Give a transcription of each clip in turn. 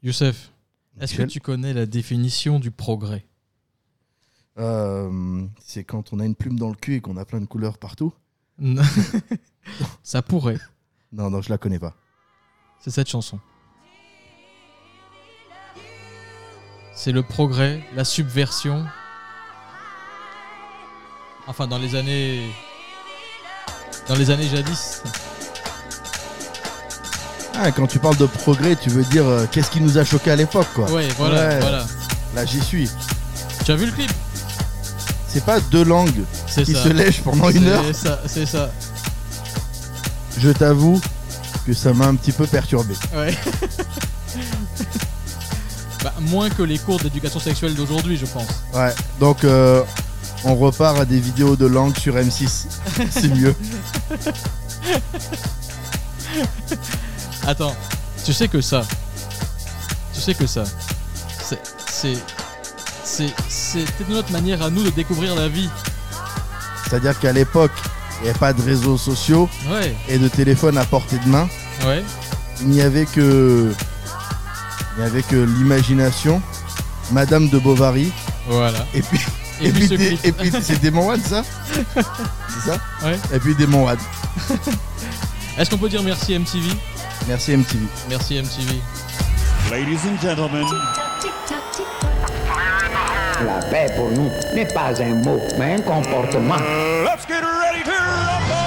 Youssef, est-ce que tu connais la définition du progrès ? C'est quand on a une plume dans le cul et qu'on a plein de couleurs partout. Ça pourrait. Non, je la connais pas. C'est cette chanson. C'est le progrès, la subversion. Enfin, dans les années jadis. Ah, quand tu parles de progrès, tu veux dire qu'est-ce qui nous a choqué à l'époque, quoi. Ouais, voilà. Là, j'y suis. Tu as vu le clip ? C'est pas deux langues qui se lèchent pendant une heure. C'est ça. Je t'avoue que ça m'a un petit peu perturbé. Ouais. Moins que les cours d'éducation sexuelle d'aujourd'hui, je pense. Ouais, donc on repart à des vidéos de langue sur M6. C'est mieux. Attends, tu sais que ça, c'était notre manière à nous de découvrir la vie. C'est-à-dire qu'à l'époque, il n'y avait pas de réseaux sociaux et de téléphone à portée de main. Ouais. Il n'y avait que l'imagination, Madame de Bovary. Voilà. Et puis c'est Démon Wade, ça ? C'est ça ? Ouais. Et puis Démon Wade. Est-ce qu'on peut dire merci MTV ? Merci MTV. Merci MTV. Ladies and gentlemen. La paix pour nous n'est pas un mot, mais un comportement. Let's get ready to rumble!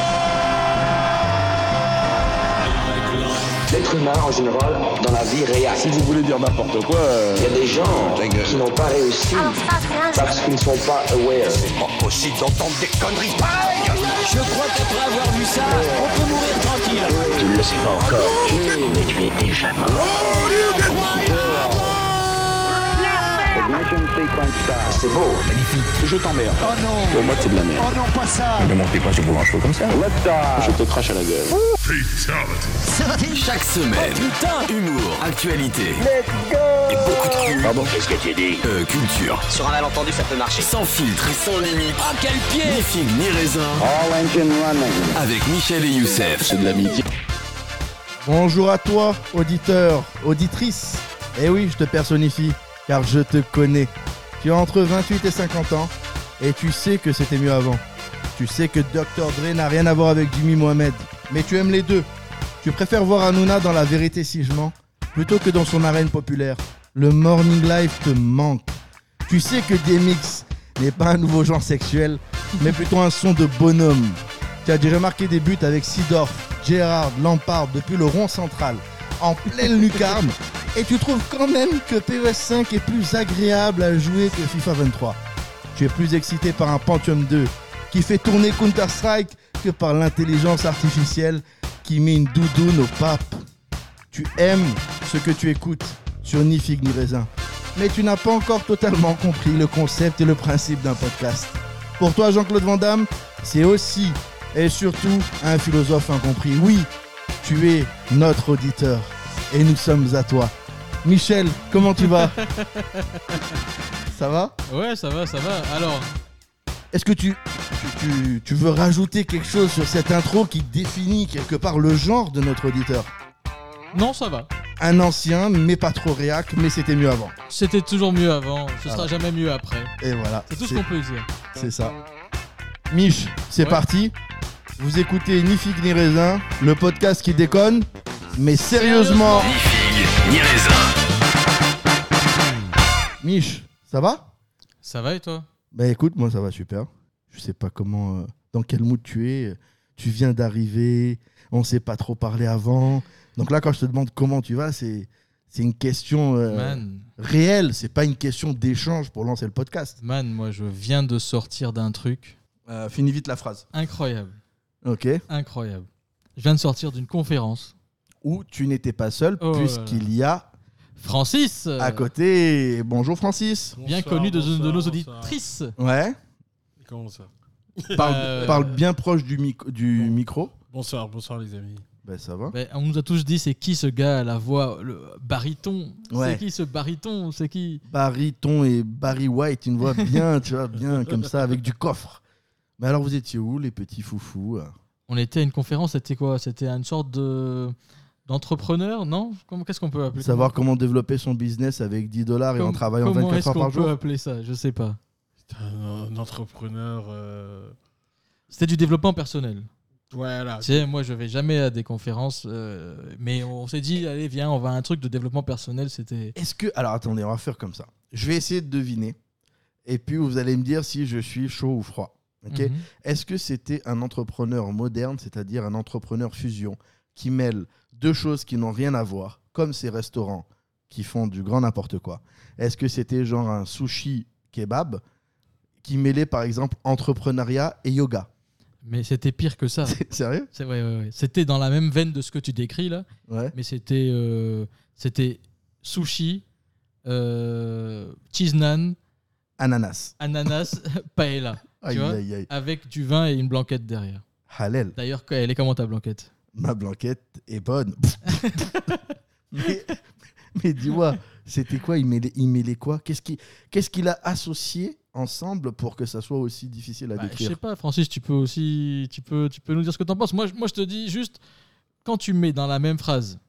L'être humain, en général, dans la vie réelle. Si vous voulez dire n'importe quoi... Il y a des gens qui n'ont pas réussi parce qu'ils ne sont pas aware. C'est pas possible d'entendre des conneries pareilles! Je crois qu'après avoir vu ça, on peut mourir tranquille. Tu ne le sais pas encore, mais tu es déjà mort. C'est beau, magnifique. Je t'emmerde. Oh non. Pour moi, c'est de la merde. Oh non, pas ça. Ne montez pas sur vos manchots comme ça. Je te crache à la gueule. Chaque semaine, humour, actualité. Let's go. Et beaucoup de cul. Pardon, Qu'est-ce que tu dis? Culture. Sur un malentendu, ça peut marcher. Sans filtre et sans limite. Ah, quel pied. Ni figue ni raisin. All engine running. Avec Michel et Youssef. c'est de l'amitié. Bonjour à toi, auditeur, auditrice. Eh oui, je te personnifie, car je te connais. Tu as entre 28 et 50 ans, et tu sais que c'était mieux avant. Tu sais que Dr. Dre n'a rien à voir avec Jimmy Mohamed, mais tu aimes les deux. Tu préfères voir Hanouna dans La Vérité si je mens, plutôt que dans son arène populaire. Le Morning Life te manque. Tu sais que DMX n'est pas un nouveau genre sexuel, mais plutôt un son de bonhomme. Tu as déjà marqué des buts avec Seedorf, Gerrard, Lampard depuis le rond central, en pleine lucarne, et tu trouves quand même que PES 5 est plus agréable à jouer que FIFA 23. Tu es plus excité par un Pentium 2 qui fait tourner Counter-Strike que par l'intelligence artificielle qui met une doudoune au pape. Tu aimes ce que tu écoutes sur Ni Figue Ni Raisin, mais tu n'as pas encore totalement compris le concept et le principe d'un podcast. Pour toi, Jean-Claude Van Damme, c'est aussi et surtout un philosophe incompris. Oui, tu es notre auditeur et nous sommes à toi. Michel, comment tu vas? Ça va? Ouais, ça va. Alors, est-ce que tu veux rajouter quelque chose sur cette intro qui définit quelque part le genre de notre auditeur? non, ça va. Un ancien, mais pas trop réac, mais c'était mieux avant. C'était toujours mieux avant, ce sera jamais mieux après. Et voilà. C'est tout ce qu'on peut dire. C'est ça. Mich, c'est Ouais. parti. Vous écoutez Ni Figue Ni Raisin, le podcast qui déconne, mais sérieusement. Ni figue, ni raisin. Mich, ça va? Ça va et toi? Bah écoute, moi ça va super. Je sais pas comment, dans quel mood tu es. Tu viens d'arriver, on s'est pas trop parlé avant. Donc là, quand je te demande comment tu vas, c'est une question réelle. C'est pas une question d'échange pour lancer le podcast. Man, moi je viens de sortir d'un truc. Finis vite la phrase. Incroyable. Ok. Incroyable. Je viens de sortir d'une conférence. Où tu n'étais pas seul, Oh là puisqu'il y a Francis à côté. Bonjour Francis. bien connu de nos auditrices. Ouais. Comment ça? Parle bien proche du micro. Bonsoir les amis. Ben ça va. On nous a tous dit c'est qui ce gars à la voix, le baryton. Ouais. C'est qui ce baryton? C'est qui? Baryton et Barry White, une voix bien, tu vois, bien comme ça, avec du coffre. Mais alors vous étiez où les petits foufous? On était à une conférence, c'était quoi? C'était une sorte d'entrepreneur, non ? Qu'est-ce qu'on peut appeler ? Savoir comment développer son business avec $10 et en travaillant comment 24 heures par Comment est-ce qu'on jour. peut appeler ça ? Je sais pas. C'est un entrepreneur. C'était du développement personnel. Voilà. Tu sais, moi, je vais jamais à des conférences, mais on s'est dit, allez, viens, on va à un truc de développement personnel. C'était. Est-ce que... Alors attendez, on va faire comme ça. Je vais essayer de deviner. Et puis vous allez me dire si je suis chaud ou froid. Ok. Mhm. Est-ce que c'était un entrepreneur moderne, c'est-à-dire un entrepreneur fusion, qui mêle deux choses qui n'ont rien à voir, comme ces restaurants qui font du grand n'importe quoi ? Est-ce que c'était genre un sushi kebab qui mêlait par exemple entrepreneuriat et yoga ? Mais c'était pire que ça. Sérieux ? Ouais. C'était dans la même veine de ce que tu décris là, Ouais. mais c'était sushi, cheese naan, Ananas. ananas, paella. Aïe, Tu vois, aïe, aïe. avec du vin et une blanquette derrière. Halal. D'ailleurs, elle est comment ta blanquette ? Ma blanquette est bonne. mais dis-moi, c'était quoi ? Il mêlait quoi ? Qu'est-ce qu'il a associé ensemble pour que ça soit aussi difficile à Je décrire ? sais pas, Francis, tu peux nous dire ce que t'en penses. Moi, je te dis juste, quand tu mets dans la même phrase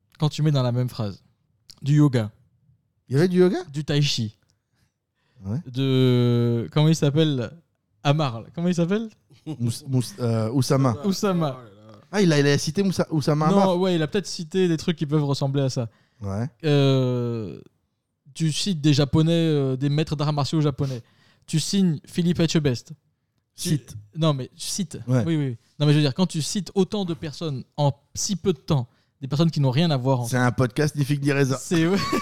du yoga, Il y avait du yoga ? du tai chi, Ouais. de comment il s'appelle, Amar, là. Comment il s'appelle, Oussama. Oussama. Ah, il a cité Oussama Hamar. Non, ouais, il a peut-être cité des trucs qui peuvent ressembler à ça. Ouais. Tu cites des japonais, des maîtres d'arts martiaux japonais. Tu signes Philippe Etchebest. Cite. Non, mais tu cites. Ouais. Oui. Non, mais je veux dire, quand tu cites autant de personnes en si peu de temps, des personnes qui n'ont rien à voir C'est un podcast ni figue ni raisin. C'est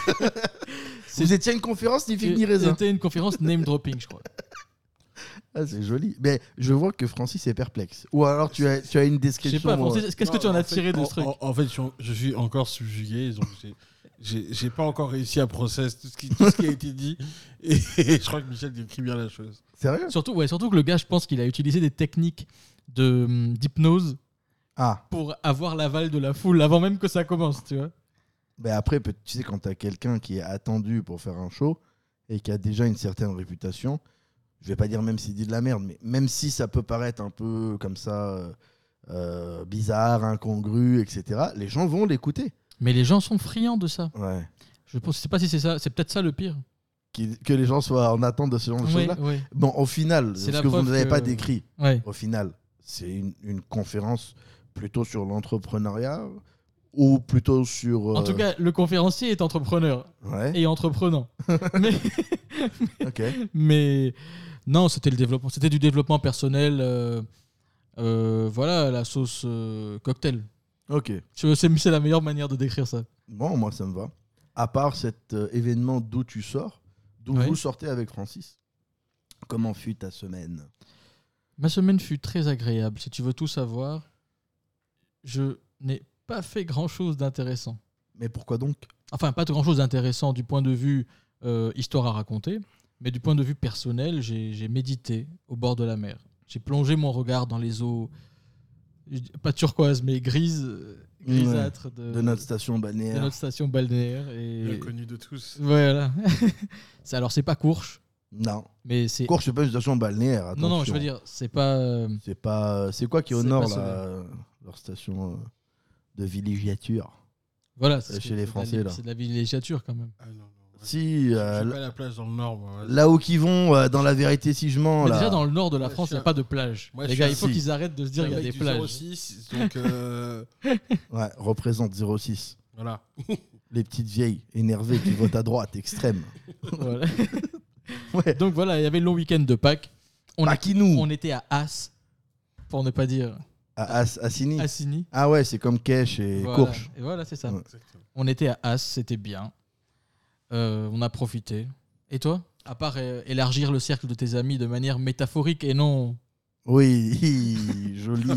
Vous étiez à une conférence ni figue ni raisin. C'était une conférence name dropping, je crois. Ah, c'est joli. Mais je vois que Francis est perplexe. Ou alors tu as une Je sais description. pas, Francis, qu'est-ce que tu en as tiré de ce truc ? En fait, je suis encore subjugué, donc j'ai pas encore réussi à process tout ce qui a été dit. Et je crois que Michel décrit bien la chose. Sérieux ? Surtout que le gars, je pense qu'il a utilisé des techniques d'hypnose pour avoir l'aval de la foule avant même que ça commence, tu vois. Ben après, tu sais, quand tu as quelqu'un qui est attendu pour faire un show et qui a déjà une certaine réputation, je vais pas dire même s'il dit de la merde, mais même si ça peut paraître un peu comme ça bizarre, incongru, etc., les gens vont l'écouter. Mais les gens sont friands de ça. Ouais. Je sais pas si c'est ça, c'est peut-être ça le pire. Que les gens soient en attente de ce genre de choses-là. Ouais. Bon, au final, C'est ce la que vous preuve n'avez que- pas décrit, Ouais. au final, c'est une conférence plutôt sur l'entrepreneuriat ou plutôt sur... En tout cas, le conférencier est entrepreneur Ouais, et entreprenant. ok. Mais non, c'était du développement personnel. Voilà, la sauce cocktail. Ok. C'est la meilleure manière de décrire ça. Bon, moi, ça me va. À part cet événement d'où tu sors, d'où Ouais. vous sortez avec Francis, comment fut ta semaine ? Ma semaine fut très agréable. Si tu veux tout savoir, je n'ai pas fait grand-chose d'intéressant. Mais pourquoi donc ? Enfin, pas grand-chose d'intéressant du point de vue histoire à raconter, mais du point de vue personnel, j'ai médité au bord de la mer. J'ai plongé mon regard dans les eaux, pas turquoise, mais grisâtres De notre station balnéaire. de notre station balnéaire. Bien Et connu de tous. voilà. Alors, c'est pas Courche, Non. mais c'est... Courche, c'est pas une station balnéaire. Non, attention. je veux dire, c'est pas... C'est pas. C'est quoi qui est au C'est nord, pas là, leur station de villégiature ? Voilà, Chez les Français, là. C'est de la villégiature, quand même. Ah non, non. Si, Je fais pas la plage dans le nord, moi. là où qu'ils vont, dans la vérité si je mens, Mais là. déjà, dans le nord de la Ouais, France, il je n'y a suis pas de plage. Moi, Les je gars, suis il faut si. qu'ils arrêtent de se dire qu'il y a des plages. 06, donc Ouais, représente 06. voilà. Les petites vieilles énervées qui votent à droite, extrême. Voilà. Ouais. Donc voilà, il y avait le long week-end de Pâques. Paquinou. On était à As, pour ne pas dire À Assini. Assigny. Ah ouais, c'est comme Kesh et Voilà. Courche. Et voilà, c'est ça. Ouais. Exactement. On était à As, c'était bien. On a profité. Et toi ? À part élargir le cercle de tes amis de manière métaphorique et non... Oui, joli.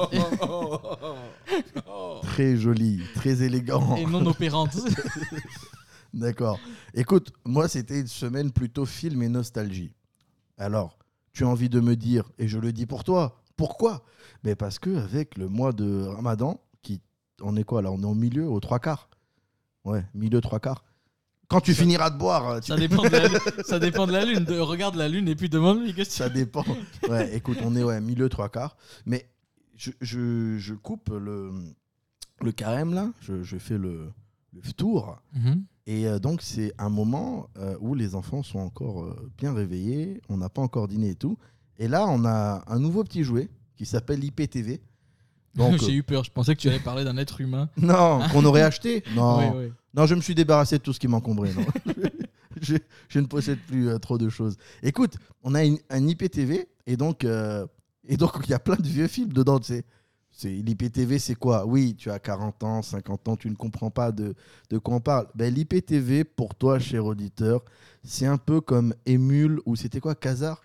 Très joli, très élégant. et non opérante. D'accord. Écoute, moi, c'était une semaine plutôt film et nostalgie. Alors, tu as envie de me dire, et je le dis pour toi, pourquoi ? Mais parce qu'avec le mois de Ramadan, on est quoi là ? On est au milieu, aux 3/4. Ouais, milieu 3/4. Quand tu finiras de boire, Ça dépend de la lune. Regarde la lune et puis demande-lui qu'est-ce que ça dépend. Ouais, écoute, on est milieu 3/4. Mais je coupe le carême, là, je fais le tour. Et donc, c'est un moment où les enfants sont encore bien réveillés. On n'a pas encore dîné et tout. Et là, on a un nouveau petit jouet qui s'appelle IPTV. Donc, J'ai eu peur. Je pensais que tu allais parler d'un être humain. Non, qu'on aurait acheté. Non. Oui. Non, je me suis débarrassé de tout ce qui m'encombrait. Non. je ne possède plus trop de choses. Écoute, on a un IPTV et donc il y a plein de vieux films dedans. Tu sais. L'IPTV, c'est quoi ? Oui, tu as 40 ans, 50 ans, tu ne comprends pas de quoi on parle. Ben, L'IPTV, pour toi, cher auditeur, c'est un peu comme Emule ou c'était quoi ? Casa.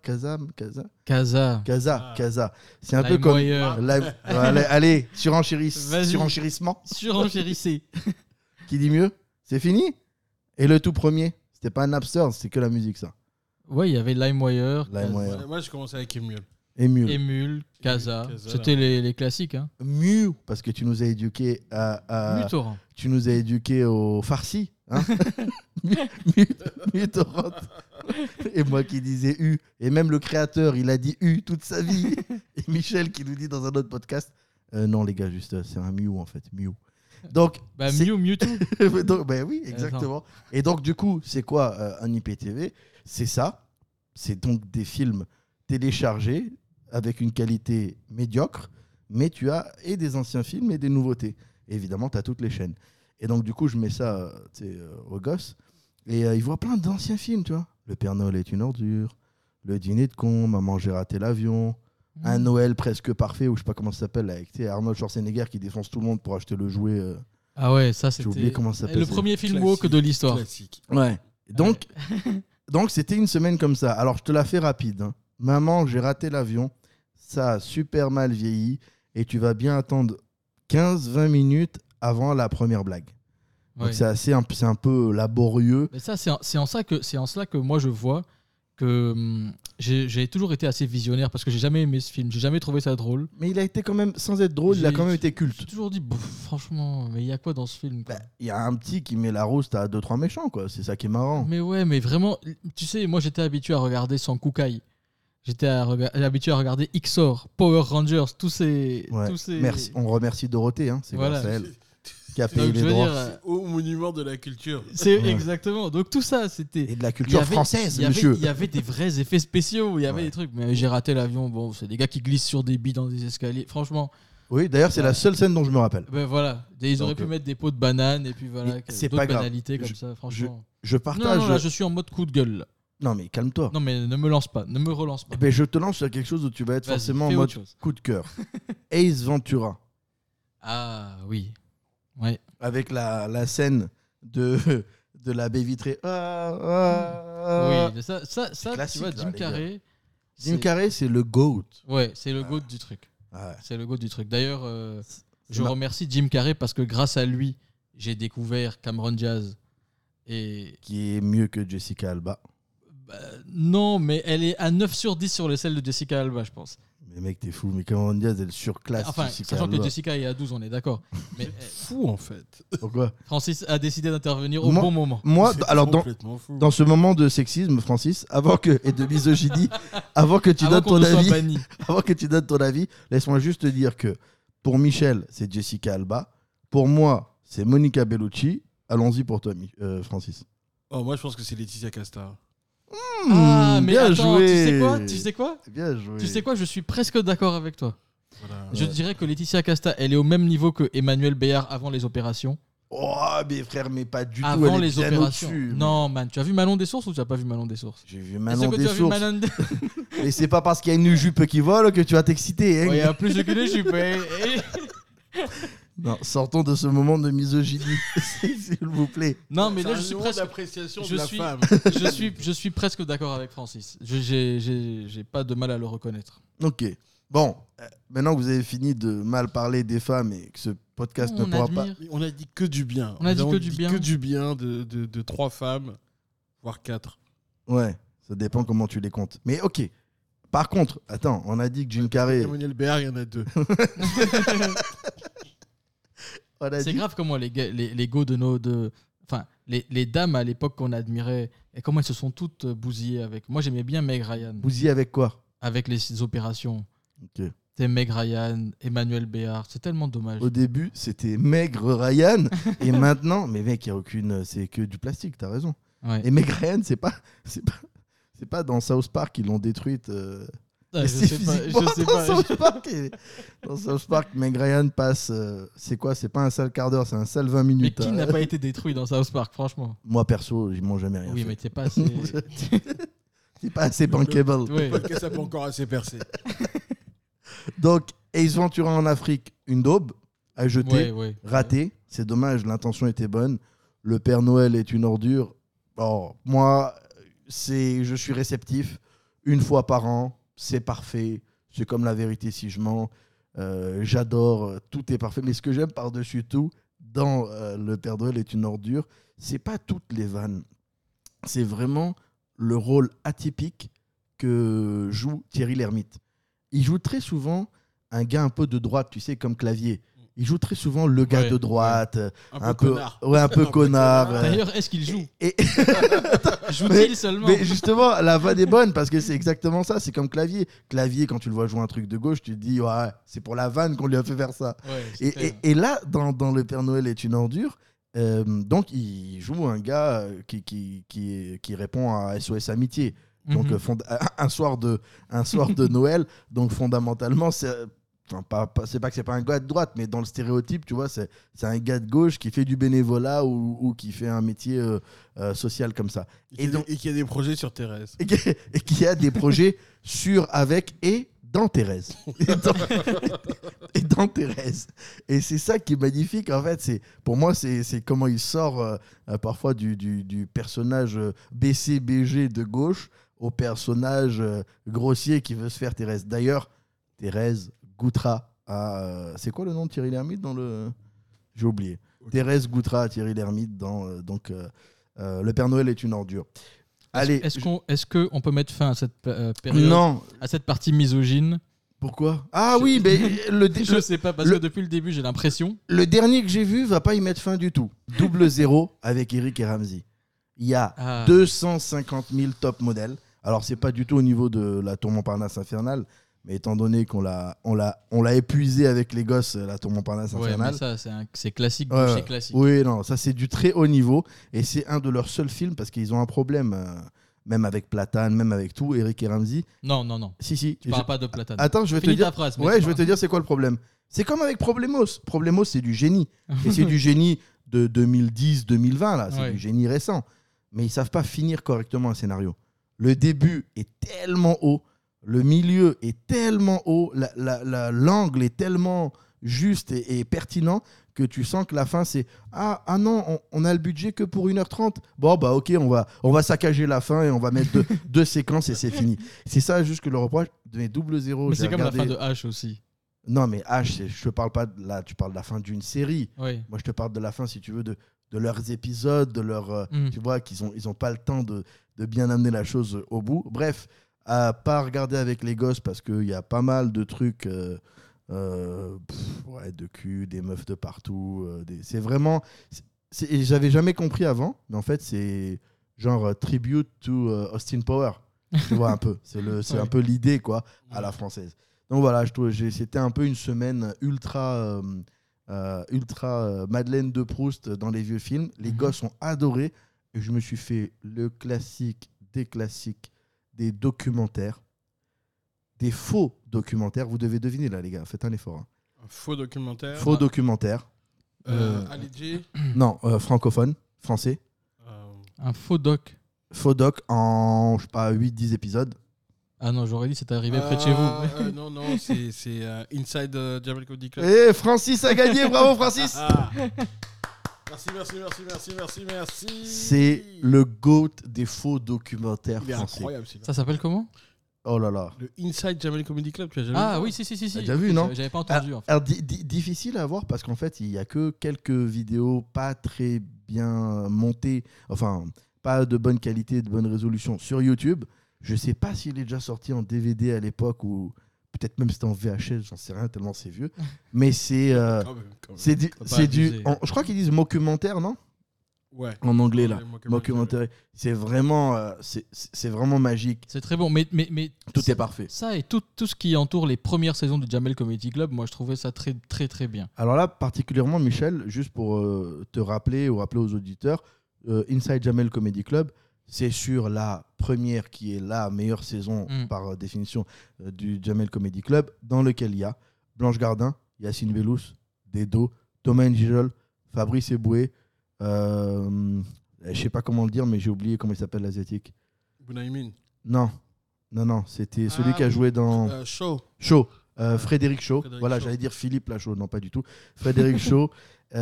C'est un peu comme... Allez, surenchérissement. Surenchérissez. Qui dit mieux ? C'est fini ? Et le tout premier ? C'était pas un Napster, c'était que la musique, ça. Ouais, il y avait LimeWire. Moi, je commençais avec Emule. Emule, Casa. C'était les classiques. Hein. Mew, parce que tu nous as éduqués à MuTorrent. Tu nous as éduqués au farci. Hein. MuTorrent. Et moi qui disais U. Et même le créateur, il a dit U toute sa vie. Et Michel qui nous dit dans un autre podcast, non les gars, juste c'est un Mew en fait. Mew. Donc, Mewtwo. Donc, oui, exactement. Et donc, du coup, c'est quoi un IPTV ? C'est ça. C'est donc des films téléchargés avec une qualité médiocre, mais tu as et des anciens films et des nouveautés. Et évidemment, tu as toutes les chaînes. Et donc, du coup, je mets ça aux gosses. Et ils voient plein d'anciens films, tu vois. Le Père Noël est une ordure, Le Dîner de con, Maman, j'ai raté l'avion. Un Noël presque parfait, ou je sais pas comment ça s'appelle, avec Arnold Schwarzenegger qui défonce tout le monde pour acheter le jouet. Ah ouais, ça c'était. J'ai oublié comment ça s'appelle. Le premier film woke de l'histoire. Classique. Ouais. Donc, c'était une semaine comme ça. Alors, je te la fais rapide. Hein. Maman, j'ai raté l'avion. Ça a super mal vieilli. Et tu vas bien attendre 15-20 minutes avant la première blague. Donc, ouais. C'est un peu laborieux. Mais ça, c'est en cela que moi je vois que j'ai toujours été assez visionnaire parce que j'ai jamais aimé ce film, j'ai jamais trouvé ça drôle. Mais il a été quand même, sans être drôle, il a quand même été culte. J'ai toujours dit, franchement, mais il y a quoi dans ce film ? Il y a un petit qui met la rouste à 2-3 méchants, quoi. C'est ça qui est marrant. Mais ouais, mais vraiment, tu sais, moi j'étais habitué à regarder Son Kukai. J'étais habitué à regarder XOR, Power Rangers, tous ces... Merci. On remercie Dorothée, hein. C'est grâce à elle qui a payé les droits. Au monument de la culture. C'est exactement. Donc tout ça, c'était... Et de la culture française, monsieur. Il y avait des vrais effets spéciaux, il y avait des trucs. Mais j'ai raté l'avion, bon, c'est des gars qui glissent sur des billes dans des escaliers. Franchement... Oui, d'ailleurs, c'est la seule scène dont je me rappelle. Ben voilà. Ils auraient pu mettre des pots de bananes et puis voilà. C'est d'autres pas grave. Banalités comme ça, franchement. Je partage... Non, là, je suis en mode coup de gueule, là. Non, mais calme-toi. Non, mais ne me lance pas, ne me relance pas. Eh ben, je te lance sur quelque chose où tu vas être forcément en mode coup de cœur. Ace Ventura. Ah, oui. Ouais. Avec la scène de la baie vitrée. Oui, ça tu vois, Jim Carrey. Jim Carrey, c'est le GOAT. Ouais, c'est le GOAT du truc. Ouais. C'est le GOAT du truc. D'ailleurs, je remercie Jim Carrey parce que grâce à lui, j'ai découvert Cameron Diaz. Qui est mieux que Jessica Alba. Non, mais elle est à 9 sur 10 sur les celles de Jessica Alba, je pense. Mais mec, t'es fou. Mais Cameron Diaz, elle surclasse Jessica sachant Alba. que Jessica est à 12, on est d'accord. Mais fou, en fait. Pourquoi ? Francis a décidé d'intervenir au bon moment. Moi, alors dans ce moment de sexisme, Francis, et de misogynie, avant que tu donnes ton avis, laisse-moi juste te dire que pour Michel, c'est Jessica Alba. Pour moi, c'est Monica Bellucci. Allons-y pour toi, Francis. Oh, moi, je pense que c'est Laetitia Casta. Mais bien attends, joué. Tu sais quoi Bien joué. Tu sais quoi, je suis presque d'accord avec toi. Voilà. Je dirais que Laetitia Casta, elle est au même niveau que Emmanuel Béard avant les opérations. Oh, mais frère, mais pas du tout. Avant elle les est bien opérations. au-dessus. Non, man, tu as vu Manon des Sources ou tu n'as pas vu Manon des Sources ? J'ai vu Manon des Sources. Et c'est pas parce qu'il y a une jupe qui vole que tu vas t'exciter. Il y a plus que les jupes. Non, sortons de ce moment de misogynie, s'il vous plaît. Non, mais là, je suis presque d'appréciation de la femme. Je suis presque d'accord avec Francis. J'ai pas de mal à le reconnaître. Ok. Bon, maintenant que vous avez fini de mal parler des femmes et que ce podcast ne pourra pas... On a dit que du bien. On a dit que du bien de 3 femmes, voire 4. Ouais, ça dépend comment tu les comptes. Mais ok. Par contre, attends, on a dit que Jim Carrey... Emmanuel Béard, il y en a 2. C'est grave comment les go de nos... Enfin, les dames à l'époque qu'on admirait, et comment elles se sont toutes bousillées avec... Moi, j'aimais bien Meg Ryan. Bousillées avec quoi ? Avec les opérations. Ok. C'était Meg Ryan, Emmanuel Béard. C'est tellement dommage. Au début, c'était Maigre Ryan. Et maintenant, mais mec, il n'y a aucune. C'est que du plastique, t'as raison. Ouais. Et Meg Ryan, c'est pas dans South Park qu'ils l'ont détruite. Ah, Et je c'est sais pas. physiquement Je sais dans pas. South Park. Dans South Park, Meg Ryan passe. C'est quoi? C'est pas un sale quart d'heure, c'est un sale 20 Mais minutes. qui n'a pas été détruit dans South Park, franchement? Moi, perso, ils m'ont jamais rien Oui, fait. mais t'es pas assez. C'est pas assez bankable. Ouais. Le podcast n'a pas encore assez percé. Donc, Ace Ventura en Afrique, une daube à jeter, Ouais. raté. C'est dommage, l'intention était bonne. Le Père Noël est une ordure. Bon, moi, je suis réceptif. Une fois par an, c'est parfait. C'est comme la vérité si je mens. J'adore, tout est parfait. Mais ce que j'aime par-dessus tout, dans Le Père Noël est une ordure, c'est pas toutes les vannes. C'est vraiment le rôle atypique que joue Thierry Lhermitte. Il joue très souvent un gars un peu de droite, tu sais, comme Clavier. Il joue très souvent le gars de droite, Un peu connard. Ouais, un peu connard. D'ailleurs, est-ce qu'il joue? Et Joue-t-il seulement? mais justement, la vanne est bonne parce que c'est exactement ça. C'est comme Clavier. Clavier, quand tu le vois jouer un truc de gauche, tu te dis, ouais, c'est pour la vanne qu'on lui a fait faire ça. Ouais, c'est clair. Et là, dans Le Père Noël est une ordure, donc il joue un gars qui répond à SOS Amitié. Donc un soir de Noël, donc fondamentalement c'est pas que c'est pas un gars de droite, mais dans le stéréotype, tu vois, c'est un gars de gauche qui fait du bénévolat ou qui fait un métier social comme ça. Et qui a des projets sur Thérèse. Et qui a des projets sur, avec et dans Thérèse. Et dans Thérèse. Et c'est ça qui est magnifique, en fait. Pour moi, c'est comment il sort parfois du personnage BCBG de gauche au personnage grossier qui veut se faire Thérèse. D'ailleurs, Thérèse goûtera à... c'est quoi le nom de Thierry Lhermitte dans le... J'ai oublié. Okay. Thérèse goûtera à Thierry Lhermitte dans Le Père Noël est une ordure. Allez, est-ce qu'on peut mettre fin à cette période, non, à cette partie misogyne? Pourquoi? Ah oui, mais je sais pas, parce que depuis le début, j'ai l'impression. Le dernier que j'ai vu va pas y mettre fin du tout. 0 avec Eric et Ramsey. Il y a 250 000 top modèles. Alors, c'est pas du tout au niveau de la Tour Montparnasse infernale, mais étant donné qu'on l'a épuisé avec les gosses, la Tour Montparnasse infernale. Mais ça, c'est classique, chez classique. Oui, non, ça c'est du très haut niveau. Et c'est un de leurs seuls films parce qu'ils ont un problème, même avec Platane, même avec tout, Eric et Ramsey. Non. Si. Tu parles pas de Platane. Attends, je vais te dire. Ta phrase, je vais te dire c'est quoi le problème. C'est comme avec Problemos. Problemos, c'est du génie. Et c'est du génie de 2010-2020, là. C'est du génie récent. Mais ils savent pas finir correctement un scénario. Le début est tellement haut. Le milieu est tellement haut, l'angle est tellement juste et pertinent que tu sens que la fin c'est ah non, on a le budget que pour 1h30. Bon bah ok, on va saccager la fin et on va mettre deux séquences et c'est fini. C'est ça juste que le reproche. Mais 0. Mais c'est comme la fin de H aussi. Non mais H, je te parle pas de là, tu parles de la fin d'une série. Oui. Moi je te parle de la fin si tu veux de leurs épisodes, de leur tu vois qu'ils ont pas le temps de bien amener la chose au bout. Bref. À pas regarder avec les gosses parce qu'il y a pas mal de trucs de cul, des meufs de partout. C'est vraiment... J'avais jamais compris avant, mais en fait, c'est genre tribute to Austin Power. Tu vois un peu. C'est un peu l'idée, quoi, à la française. Donc voilà, c'était un peu une semaine ultra Madeleine de Proust dans les vieux films. Les gosses ont adoré. Et je me suis fait le classique des classiques, des documentaires, des faux documentaires. Vous devez deviner là, les gars. Faites un effort. Hein. Un faux documentaire. Faux documentaire. Allegé. Non, francophone, français. Un faux doc. Faux doc en, je sais pas, 8-10 épisodes. Ah non, j'aurais dit c'est arrivé près de chez vous. Non, c'est Inside Jamel Comedy Club. Et Francis a gagné, bravo Francis. Merci. C'est le GOAT des faux documentaires français. français. Incroyable, celui-là. Ça s'appelle comment? Oh là là. Le Inside Jamel Comedy Club, tu as jamais vu? Ah oui, si. T'as déjà vu, non? J'avais pas entendu. En fait. Alors, difficile à voir parce qu'en fait, il y a que quelques vidéos pas très bien montées, enfin, pas de bonne qualité, de bonne résolution sur YouTube. Je sais pas s'il est déjà sorti en DVD à l'époque ou peut-être même c'était en VHS, j'en sais rien tellement c'est vieux. Mais c'est je crois qu'ils disent mockumentaire, non? Ouais. En anglais, là. Ouais, Mockumentary. C'est vraiment, c'est vraiment magique. C'est très bon, mais Tout est parfait. Ça et tout ce qui entoure les premières saisons de Jamel Comedy Club, moi je trouvais ça très très très bien. Alors là, particulièrement, Michel, juste pour te rappeler ou rappeler aux auditeurs, Inside Jamel Comedy Club, c'est sur la première qui est la meilleure saison par définition du Jamel Comedy Club, dans lequel il y a Blanche Gardin, Yacine Bellous, Dedo, Thomas Njijol, Fabrice Eboué, je sais pas comment le dire, mais j'ai oublié comment il s'appelle l'asiatique. Bunaimin. Non, c'était celui qui a joué dans Shaw. Frédéric Shaw. Voilà, Shaw. j'allais dire Philippe Lachaud, non pas du tout. Frédéric Shaw,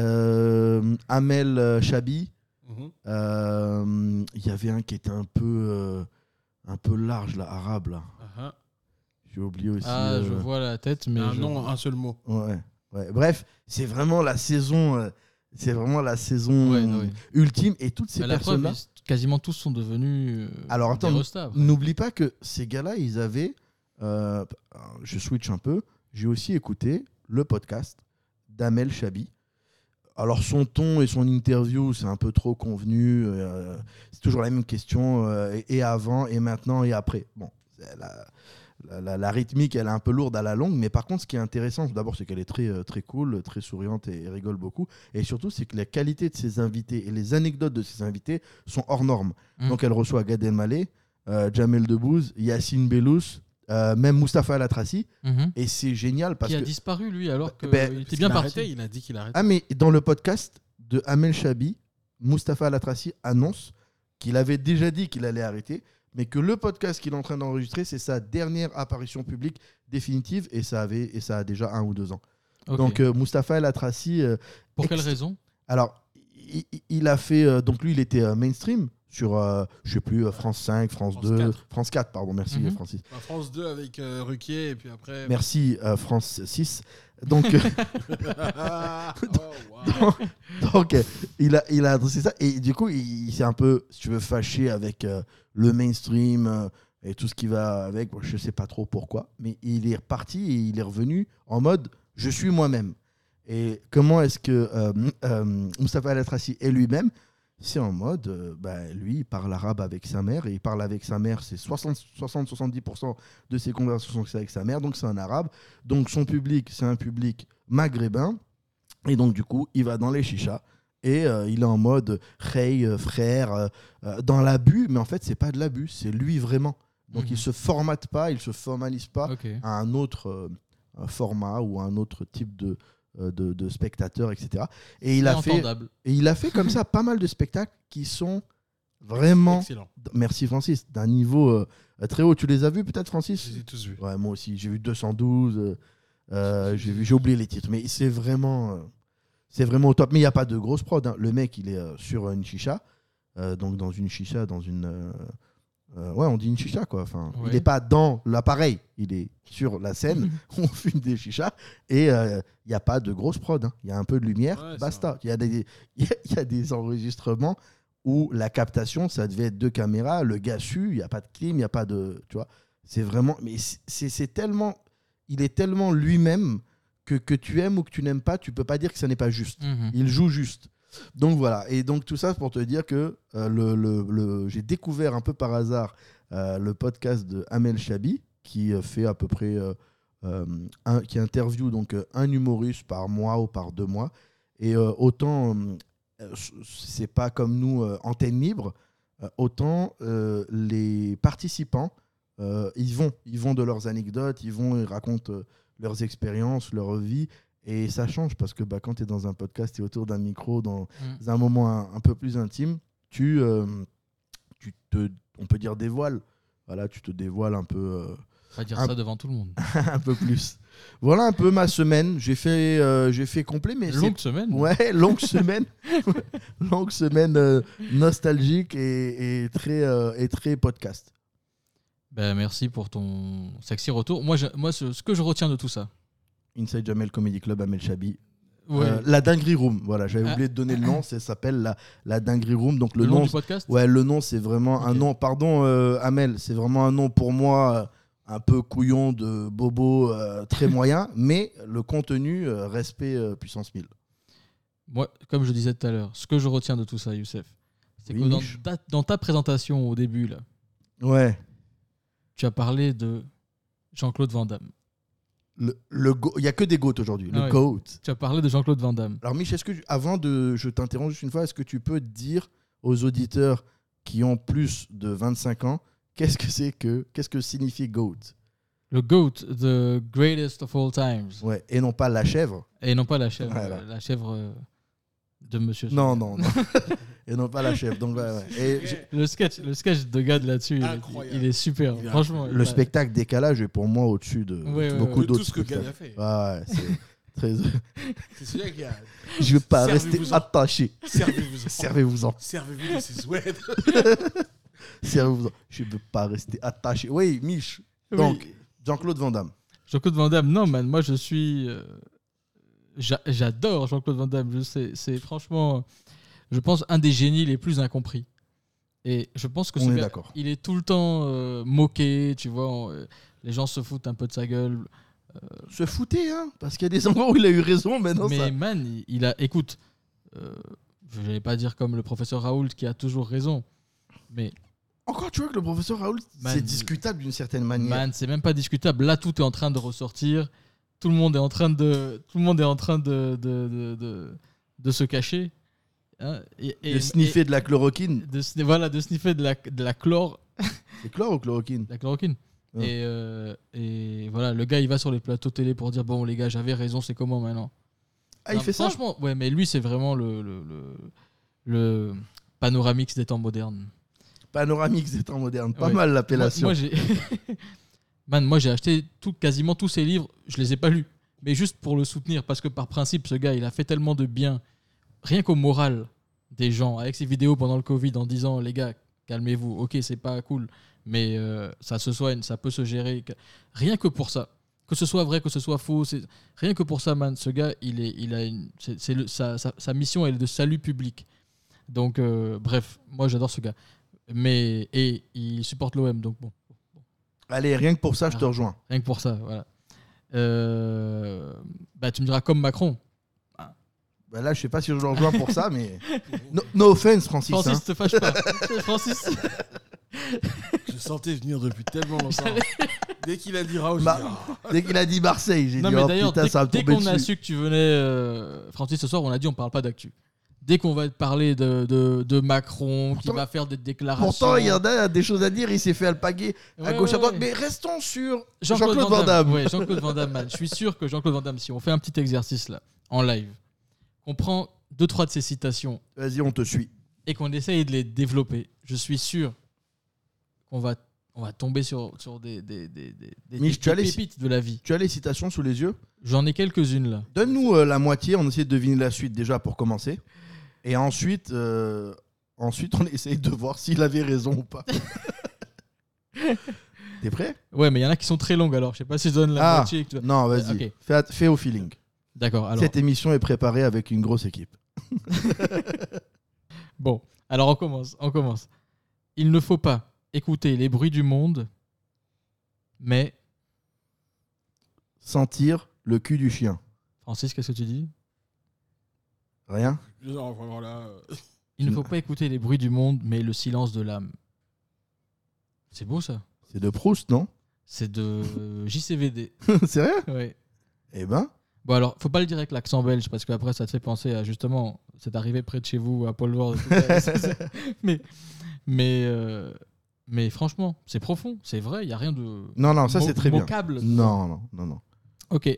Amel Chabi. Il y avait un qui était un peu large, là, arabe, là. J'ai oublié aussi. Je vois la tête, mais un seul mot. Ouais. Bref, c'est vraiment la saison. Ultime, et toutes ces personnes-là. Quasiment tous sont devenus. Alors attends, des stars. n'oublie pas que ces gars-là, ils avaient. Je switch un peu. J'ai aussi écouté le podcast d'Amel Chabi. Alors son ton et son interview, c'est un peu trop convenu. C'est toujours la même question. Et avant, et maintenant, et après. Bon, la rythmique, elle est un peu lourde à la longue, mais par contre, ce qui est intéressant, d'abord, c'est qu'elle est très, très cool, très souriante et rigole beaucoup. Et surtout, c'est que la qualité de ses invités et les anecdotes de ses invités sont hors normes. Donc, elle reçoit Gad Elmaleh, Jamel Debbouze, Yacine Bellous, même Mustapha El Atrassi. Et c'est génial parce qui a que disparu, lui, alors qu'il était bien parti. Il a dit qu'il arrêtait. Ah, mais dans le podcast de Amel Chabi, Mustapha El Atrassi annonce qu'il avait déjà dit qu'il allait arrêter, mais que le podcast qu'il est en train d'enregistrer, c'est sa dernière apparition publique définitive, et ça a déjà 1 ou 2 ans. Okay. Donc Mustapha El Atrassi... Pour quelle raison ? Alors, il a fait... donc lui, il était mainstream sur, je sais plus, France 5, France 2... 4. France 4, pardon, merci Francis. France 2 avec Ruquier, et puis après... Merci France 6. Donc, donc il a adressé ça, et du coup il s'est un peu, si tu veux, fâché avec le mainstream et tout ce qui va avec. Je sais pas trop pourquoi, mais il est reparti et il est revenu en mode je suis moi-même. Et comment est-ce que Mustapha El Atrassi est lui-même? C'est en mode, lui, il parle arabe avec sa mère, et il parle avec sa mère, c'est 60-70% de ses conversations c'est avec sa mère, donc c'est un arabe. Donc son public, c'est un public maghrébin, et donc du coup, il va dans les chichas, et il est en mode hey, frère, dans l'abus, mais en fait, c'est pas de l'abus, c'est lui vraiment. Donc il se formate pas, il se formalise pas à un autre format ou à un autre type de spectateurs, etc. Et il a fait comme ça pas mal de spectacles qui sont vraiment, merci Francis, d'un niveau très haut. Tu les as vus peut-être, Francis? Je les ai tous vus. Ouais, moi aussi, j'ai vu 212, j'ai oublié les titres, mais c'est vraiment au top. Mais il n'y a pas de grosse prod, hein. Le mec, il est sur une chicha, donc dans une chicha, dans une... on dit une chicha, quoi. Enfin, il n'est pas dans l'appareil, il est sur la scène, on fume des chichas, et il n'y a pas de grosse prod. Il y a un peu de lumière, basta. Il y a des enregistrements où la captation, ça devait être 2 caméras, le gars sue, il n'y a pas de clim, il n'y a pas de... Tu vois, c'est vraiment... Mais c'est tellement... Il est tellement lui-même que tu aimes ou que tu n'aimes pas, tu ne peux pas dire que ça n'est pas juste. Il joue juste. Donc voilà, et donc tout ça pour te dire que j'ai découvert un peu par hasard le podcast de Amel Chabi, qui fait à peu près qui interviewe donc un humoriste par mois ou par 2 mois, et autant c'est pas comme nous antenne libre, autant les participants ils vont de leurs anecdotes, ils racontent leurs expériences, leur vie. Et ça change parce que quand tu es dans un podcast, tu es autour d'un micro, dans un moment un peu plus intime, on peut dire dévoile. Voilà, tu te dévoiles un peu. Pas dire ça devant tout le monde. Un peu plus. Voilà un peu ma semaine. J'ai fait complet, mais longue semaine. Ouais, longue semaine. Longue semaine nostalgique et très podcast. Merci pour ton sexy retour. Moi, ce que je retiens de tout ça. Inside Jamel Comedy Club, Amel Chabi. La Dinguerie Room, voilà, j'avais oublié de donner le nom, ça s'appelle la Dinguerie Room. Donc le nom du podcast. Ouais, le nom c'est vraiment un nom. Pardon Amel, c'est vraiment un nom pour moi un peu couillon de bobo très moyen, mais le contenu respect puissance 1000. moi, comme je disais tout à l'heure, ce que je retiens de tout ça, Youssef, c'est Oui, que Mich. dans ta présentation au début, là, Ouais. tu as parlé de Jean-Claude Van Damme. Il n'y a que des GOAT aujourd'hui. Le Ouais. GOAT. Tu as parlé de Jean-Claude Van Damme. Alors, Mich, je t'interromps juste une fois, est-ce que tu peux dire aux auditeurs qui ont plus de 25 ans, qu'est-ce que signifie GOAT? Le GOAT, the greatest of all times. Ouais, et non pas la chèvre. Et non pas la chèvre, Voilà. la chèvre de Monsieur. Non. Et non pas la chèvre. Donc, ouais. Et Le sketch de Gad là-dessus, Incroyable. il est super. Il est Franchement, le spectacle décalage est pour moi au-dessus de Ouais, beaucoup De d'autres tout ce que Gad a spectacles. fait. Ouais, c'est très... C'est celui qui a. Je veux pas rester Servez-vous-en. attaché. Servez-vous-en. Servez-vous-en. Servez-vous de ces souhaits. Servez-vous-en. Je veux pas rester attaché. Oui, Mich. Oui. Donc, Jean-Claude Van Damme. Jean-Claude Van Damme, non, man, moi je suis. J'adore Jean-Claude Van Damme. C'est franchement, je pense, un des génies les plus incompris. Et je pense que On ce est gars, d'accord. il est tout le temps moqué, tu vois. Les gens se foutent un peu de sa gueule. Se foutait, hein, parce qu'il y a des endroits où il a eu raison, mais non, Mais ça... man, il a. Écoute, je vais pas dire comme le professeur Raoult qui a toujours raison. Mais Encore, tu vois que le professeur Raoult, Man, c'est discutable d'une certaine manière. man, c'est même pas discutable. Là, tout est en train de ressortir. Tout le monde est en train de se cacher. Hein, de sniffer de la chloroquine. de sniffer de la chlore. C'est chlore ou chloroquine? La chloroquine. Ouais. Et voilà, le gars, il va sur les plateaux télé pour dire bon, les gars, j'avais raison, c'est comment maintenant? Ah, il Non, fait ça? franchement, ouais, mais lui, c'est vraiment le panoramix des temps modernes. Panoramix des temps modernes. Pas Ouais. mal l'appellation. Moi, j'ai moi, j'ai acheté quasiment tous ses livres. Je les ai pas lus, mais juste pour le soutenir, parce que par principe, ce gars, il a fait tellement de bien, rien qu'au moral des gens, avec ses vidéos pendant le Covid, en disant les gars, calmez-vous. Ok, c'est pas cool, mais ça se soigne, ça peut se gérer. Rien que pour ça, que ce soit vrai, que ce soit faux, rien que pour ça, man. Ce gars, sa mission, elle est de salut public. Donc, bref, moi, j'adore ce gars. Et il supporte l'OM, donc bon. Allez, rien que pour ça, je te rejoins. Rien que pour ça, voilà. Tu me diras comme Macron. Bah là, je sais pas si je le rejoins pour ça, mais... No offense, Francis. Francis, hein. te fâche pas. Francis. Je sentais venir depuis tellement longtemps. Dès qu'il a dit Raoult, Dès qu'il a dit Marseille, j'ai Non, dit mais oh d'ailleurs, putain, ça va dès tomber qu'on a dessus. su que tu venais, Francis, ce soir, on a dit on parle pas d'actu. Dès qu'on va te parler de Macron, qui va faire des déclarations. Pourtant, il y en a des choses à dire, il s'est fait alpaguer à gauche, à droite. Mais restons sur Jean-Claude Van Damme. Ouais, Jean-Claude Van Damme, man. Je suis sûr que Jean-Claude Van Damme, si on fait un petit exercice là, en live, qu'on prend 2-3 de ses citations. Vas-y, on te suit. Et qu'on essaye de les développer, je suis sûr qu'on va tomber sur des pépites de la vie. Tu as les citations sous les yeux? J'en ai quelques-unes là. Donne-nous la moitié, on essaie de deviner la suite déjà pour commencer. Et ensuite, on essaye de voir s'il avait raison ou pas. T'es prêt? Ouais, mais il y en a qui sont très longues alors. Je sais pas si je donne la moitié. Non, vas-y. Ok. Fais au feeling. D'accord. Alors. Cette émission est préparée avec une grosse équipe. Bon, alors on commence. Il ne faut pas écouter les bruits du monde, mais... Sentir le cul du chien. Francis, qu'est-ce que tu dis? Rien? Non, vraiment là. Il ne faut pas écouter les bruits du monde, mais le silence de l'âme. C'est beau ça. C'est de Proust, non? C'est de JCVD. Sérieux? Ouais. Eh ben. Bon alors, faut pas le dire avec l'accent belge, parce qu'après ça te fait penser à justement, c'est arrivé près de chez vous, à Paul Ward. Mais franchement, c'est profond, c'est vrai, il n'y a rien de... Non, ça c'est très bien. Moquable. Non. Ok.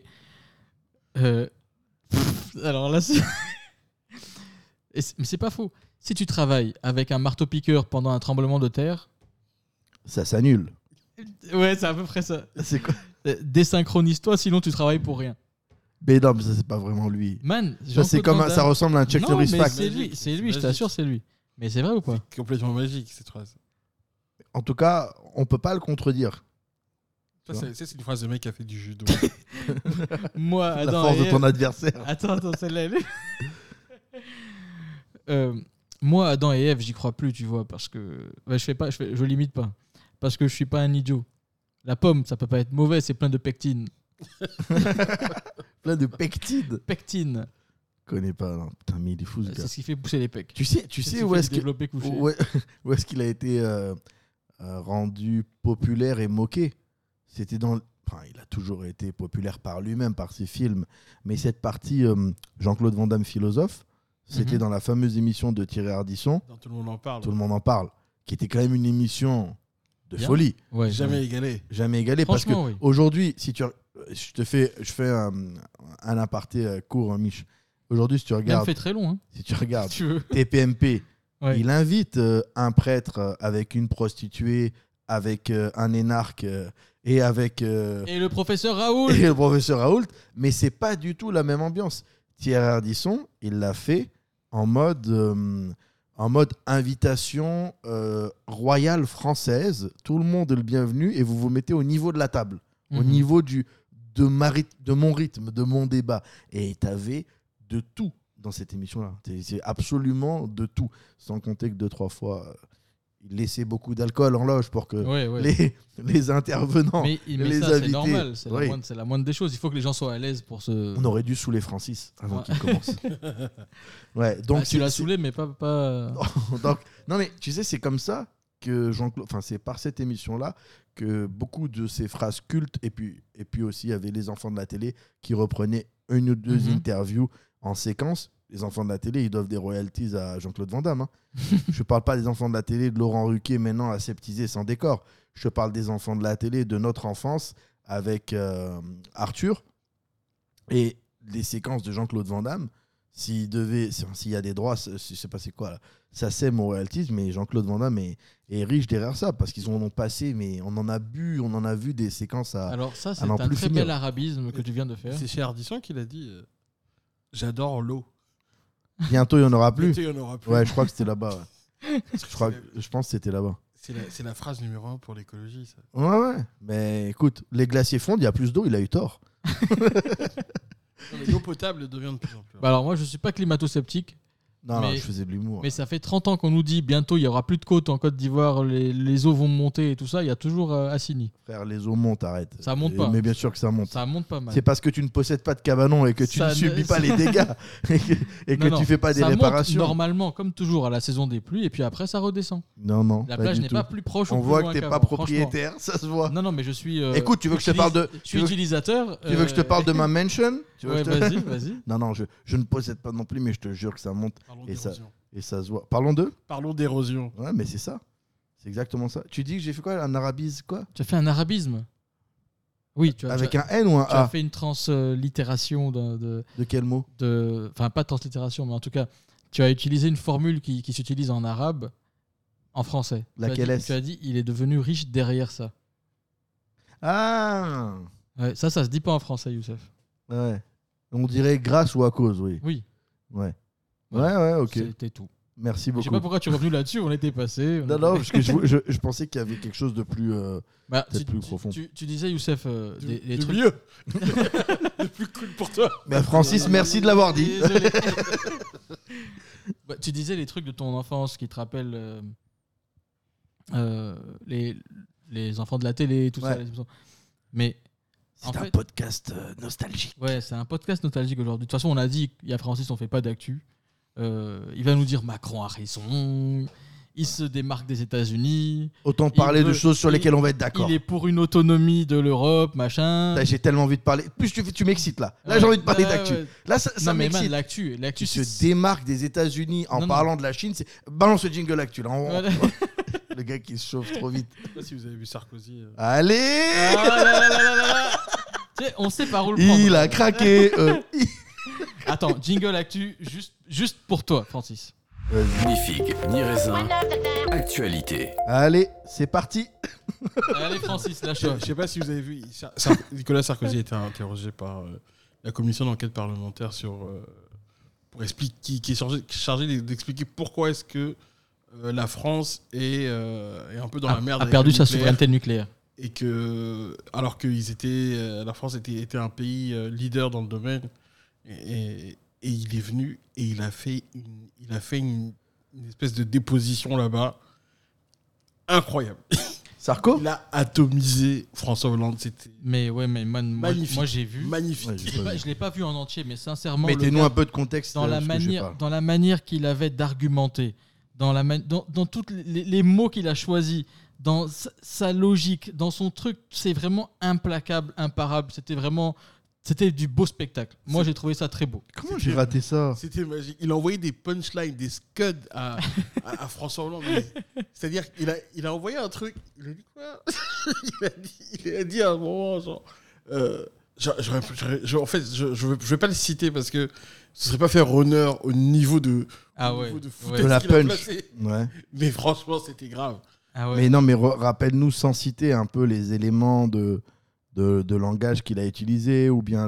Alors là, mais c'est pas faux. Si tu travailles avec un marteau-piqueur pendant un tremblement de terre... Ça s'annule. Ouais, c'est à peu près ça. C'est quoi? Désynchronise-toi, sinon tu travailles pour rien. Mais non, mais ça c'est pas vraiment lui. Man, Ça, c'est comme ça ressemble à un Chuck non, Norris mais fact. c'est lui, je t'assure, c'est lui. Mais c'est vrai ou pas? C'est complètement magique cette phrase. En tout cas, on peut pas le contredire. Ça, c'est une phrase de mec qui a fait du judo. Moi, La Adam force et de ton Ève- adversaire. Attends, celle-là, elle est- moi, Adam et Ève, j'y crois plus, tu vois, parce que je limite pas, parce que je suis pas un idiot. La pomme, ça peut pas être mauvais, c'est plein de pectine. Plein de pectide. Pectine. Connais pas, non. Putain, mais il est fou ce C'est gars. ce qui fait pousser les pecs. Tu sais où est-ce où est-ce qu'il a été rendu populaire et moqué? C'était dans... Enfin, il a toujours été populaire par lui-même, par ses films. Mais cette partie Jean-Claude Van Damme philosophe, c'était dans la fameuse émission de Thierry Ardisson. Tout le monde en parle. Tout le monde en parle. Qui était quand même une émission de folie. Ouais, Jamais égalé. Jamais égalé. Parce que oui. aujourd'hui, si tu... je fais un aparté court, Mich. Aujourd'hui, si tu regardes... fait très long. Hein. Si tu regardes Si tu veux. TPMP, Ouais. il invite un prêtre avec une prostituée, avec un énarque et avec... Et le professeur Raoul. et le professeur Raoult, mais c'est pas du tout la même ambiance. Thierry Ardisson, il l'a fait en mode invitation royale française. Tout le monde est le bienvenu et vous vous mettez au niveau de la table, au niveau de mon rythme, de mon débat. Et t'avais de tout dans cette émission-là. C'est absolument de tout. Sans compter que 2-3 fois, il laissait beaucoup d'alcool en loge pour que les intervenants, mais les ça, invités... c'est normal. C'est la moindre des choses. Il faut que les gens soient à l'aise pour se... On aurait dû saouler Francis avant qu'il commence. Ouais, donc tu l'as saoulé, mais pas... donc, non, mais tu sais, c'est comme ça que Jean-Claude... Enfin, c'est par cette émission-là que beaucoup de ces phrases cultes, et puis aussi, il y avait les enfants de la télé qui reprenaient une ou deux interviews en séquence. Les enfants de la télé, ils doivent des royalties à Jean-Claude Van Damme. Hein. Je ne parle pas des enfants de la télé de Laurent Ruquier, maintenant aseptisé sans décor. Je parle des enfants de la télé de notre enfance avec Arthur. Et les séquences de Jean-Claude Van Damme, s'il y a des droits, je ne sais pas c'est quoi, là, ça sème aux royalties, mais Jean-Claude Van Damme est riche derrière ça, parce qu'ils en ont passé, mais on en a vu des séquences à... Alors ça, c'est un un très bel arabisme que tu viens de faire. C'est chez Ardisson qu'il a dit j'adore l'eau. Bientôt, il n'y en aura plus. Bientôt, il y en aura plus. Ouais, je crois que c'était là-bas. Ouais. Je pense que c'était là-bas. C'est la phrase numéro 1 pour l'écologie, ça. Ouais. Mais écoute, les glaciers fondent, il y a plus d'eau, il a eu tort. Non, mais l'eau potable devient de plus en plus. Bah alors moi, je suis pas climato-sceptique. Non, je faisais de l'humour. Mais ça fait 30 ans qu'on nous dit bientôt il y aura plus de côtes en Côte d'Ivoire, les eaux vont monter et tout ça. Il y a toujours Assini. Frère, les eaux montent, arrête. Ça monte pas. Mais bien sûr que ça monte. Ça monte pas mal. C'est parce que tu ne possèdes pas de cabanon et que tu ne subis pas les dégâts et que tu fais pas des ça réparations. Monte normalement, comme toujours, à la saison des pluies et puis après ça redescend. Non. La plage n'est pas plus proche. On voit que t'es pas propriétaire, ça se voit. Non, mais je suis. Écoute, tu veux que je te parle de. Je suis utilisateur. Tu veux que je te parle de ma mansion? Ouais, vas-y. Non, je ne possède pas non plus, mais je te jure que ça monte. Et ça se voit. Parlons d'érosion. Ouais, mais c'est ça. C'est exactement ça. Tu dis que j'ai fait quoi? Un arabisme, quoi? Tu as fait un arabisme? Oui. Avec un N ou un A? Tu as fait une translittération de quel mot? Enfin, pas translittération, mais en tout cas, tu as utilisé une formule qui s'utilise en arabe, en français. Laquelle est-ce? Tu as dit, il est devenu riche derrière ça. Ah ouais, ça se dit pas en français, Youssef. Ouais. On dirait grâce ou à cause, oui. Oui. Ouais. Ouais, ok. C'était tout. Merci beaucoup. Je sais pas pourquoi tu es revenu là-dessus, on était passé. Non, parce que je pensais qu'il y avait quelque chose de plus, plus profond. Tu disais, Youssef, des trucs... mieux. De plus cool pour toi. Mais Francis, merci de l'avoir dit. Tu disais les trucs de ton enfance qui te rappellent les enfants de la télé, tout ça. Mais... C'est un podcast nostalgique. Ouais, c'est un podcast nostalgique aujourd'hui. De toute façon, on a dit, il y a Francis, on fait pas d'actu. Il va nous dire Macron a raison, il se démarque des États-Unis. Autant parler de choses sur lesquelles on va être d'accord. Il est pour une autonomie de l'Europe, machin. J'ai tellement envie de parler. Plus tu m'excites là. Là, j'ai envie de parler d'actu. Là, ça m'excite. L'actu, tu se démarques des États-Unis en parlant de la Chine. Balance le jingle actu. Là. Le gars qui se chauffe trop vite. Je sais pas si vous avez vu Sarkozy. Allez Tu sais, on sait par où le prendre. Il a craqué. Attends, jingle actu, juste pour toi, Francis. Ni figue, ni raisin. Actualité. Allez, c'est parti. Allez, Francis, lâche-toi. Je sais pas si vous avez vu, Nicolas Sarkozy a été interrogé par la commission d'enquête parlementaire pour expliquer, qui est chargée d'expliquer pourquoi est-ce que la France est un peu dans la merde. A perdu sa souveraineté nucléaire. Et que, alors que la France était un pays leader dans le domaine, et il est venu et il a fait une espèce de déposition là-bas incroyable. Sarko. Il a atomisé François Hollande. C'était Mais ouais, mais magnifique. moi j'ai vu. Magnifique. Ouais, Je l'ai pas vu en entier, mais sincèrement. Mettez-nous un peu de contexte dans la manière qu'il avait d'argumenter, dans tous les mots qu'il a choisis, dans sa logique, dans son truc, c'est vraiment implacable, imparable. C'était du beau spectacle. Moi, j'ai trouvé ça très beau. Comment j'ai raté ça? C'était magique. Il a envoyé des punchlines, des scuds à François Hollande. C'est-à-dire qu'il a envoyé un truc. Il a dit quoi? il a dit à un moment, genre... en fait, je vais pas le citer parce que ce serait pas faire honneur au niveau de de la punch. Ouais. Mais franchement, c'était grave. Ah ouais. Mais non, mais rappelle-nous sans citer un peu les éléments de langage qu'il a utilisé ou bien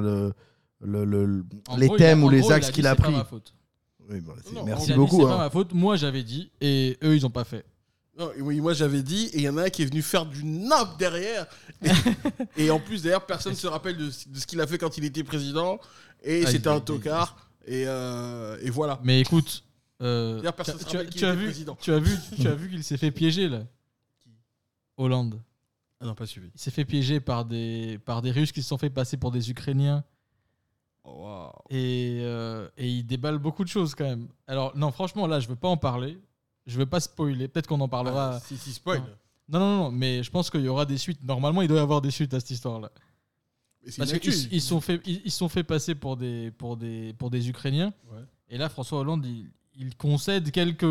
les thèmes ou les axes qu'il a pris. C'est pas ma faute. Oui, bah, Non, merci beaucoup. C'est pas ma faute. Moi, j'avais dit et eux, ils ont pas fait. Non, oui, moi j'avais dit, et il y en a un qui est venu faire du nappe derrière. Et en plus, d'ailleurs, personne ne se rappelle de ce qu'il a fait quand il était président. Et c'était un tocard. Et voilà. Mais écoute, personne se rappelle qu'il était président. tu as vu qu'il s'est fait piéger là. Hollande. Ah non, pas suivi. Il s'est fait piéger par des Russes qui se sont fait passer pour des Ukrainiens. Oh, wow. Et il déballe beaucoup de choses quand même. Alors non, franchement, là, je veux pas en parler. Je veux pas spoiler. Peut-être qu'on en parlera. Si spoil. Non, mais je pense qu'il y aura des suites. Normalement, il doit y avoir des suites à cette histoire-là. Parce qu'ils se sont fait passer pour des Ukrainiens. Ouais. Et là, François Hollande, il concède quelques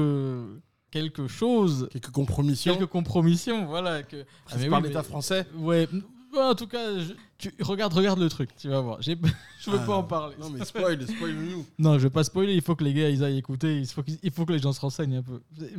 choses. Quelques compromissions, voilà. Par l'État français. Ouais. En tout cas, regarde le truc, tu vas voir. Je veux pas en parler. Non, mais spoil-nous. Non, je veux pas spoiler. Il faut que les gars ils aillent écouter. Il faut que les gens se renseignent un peu.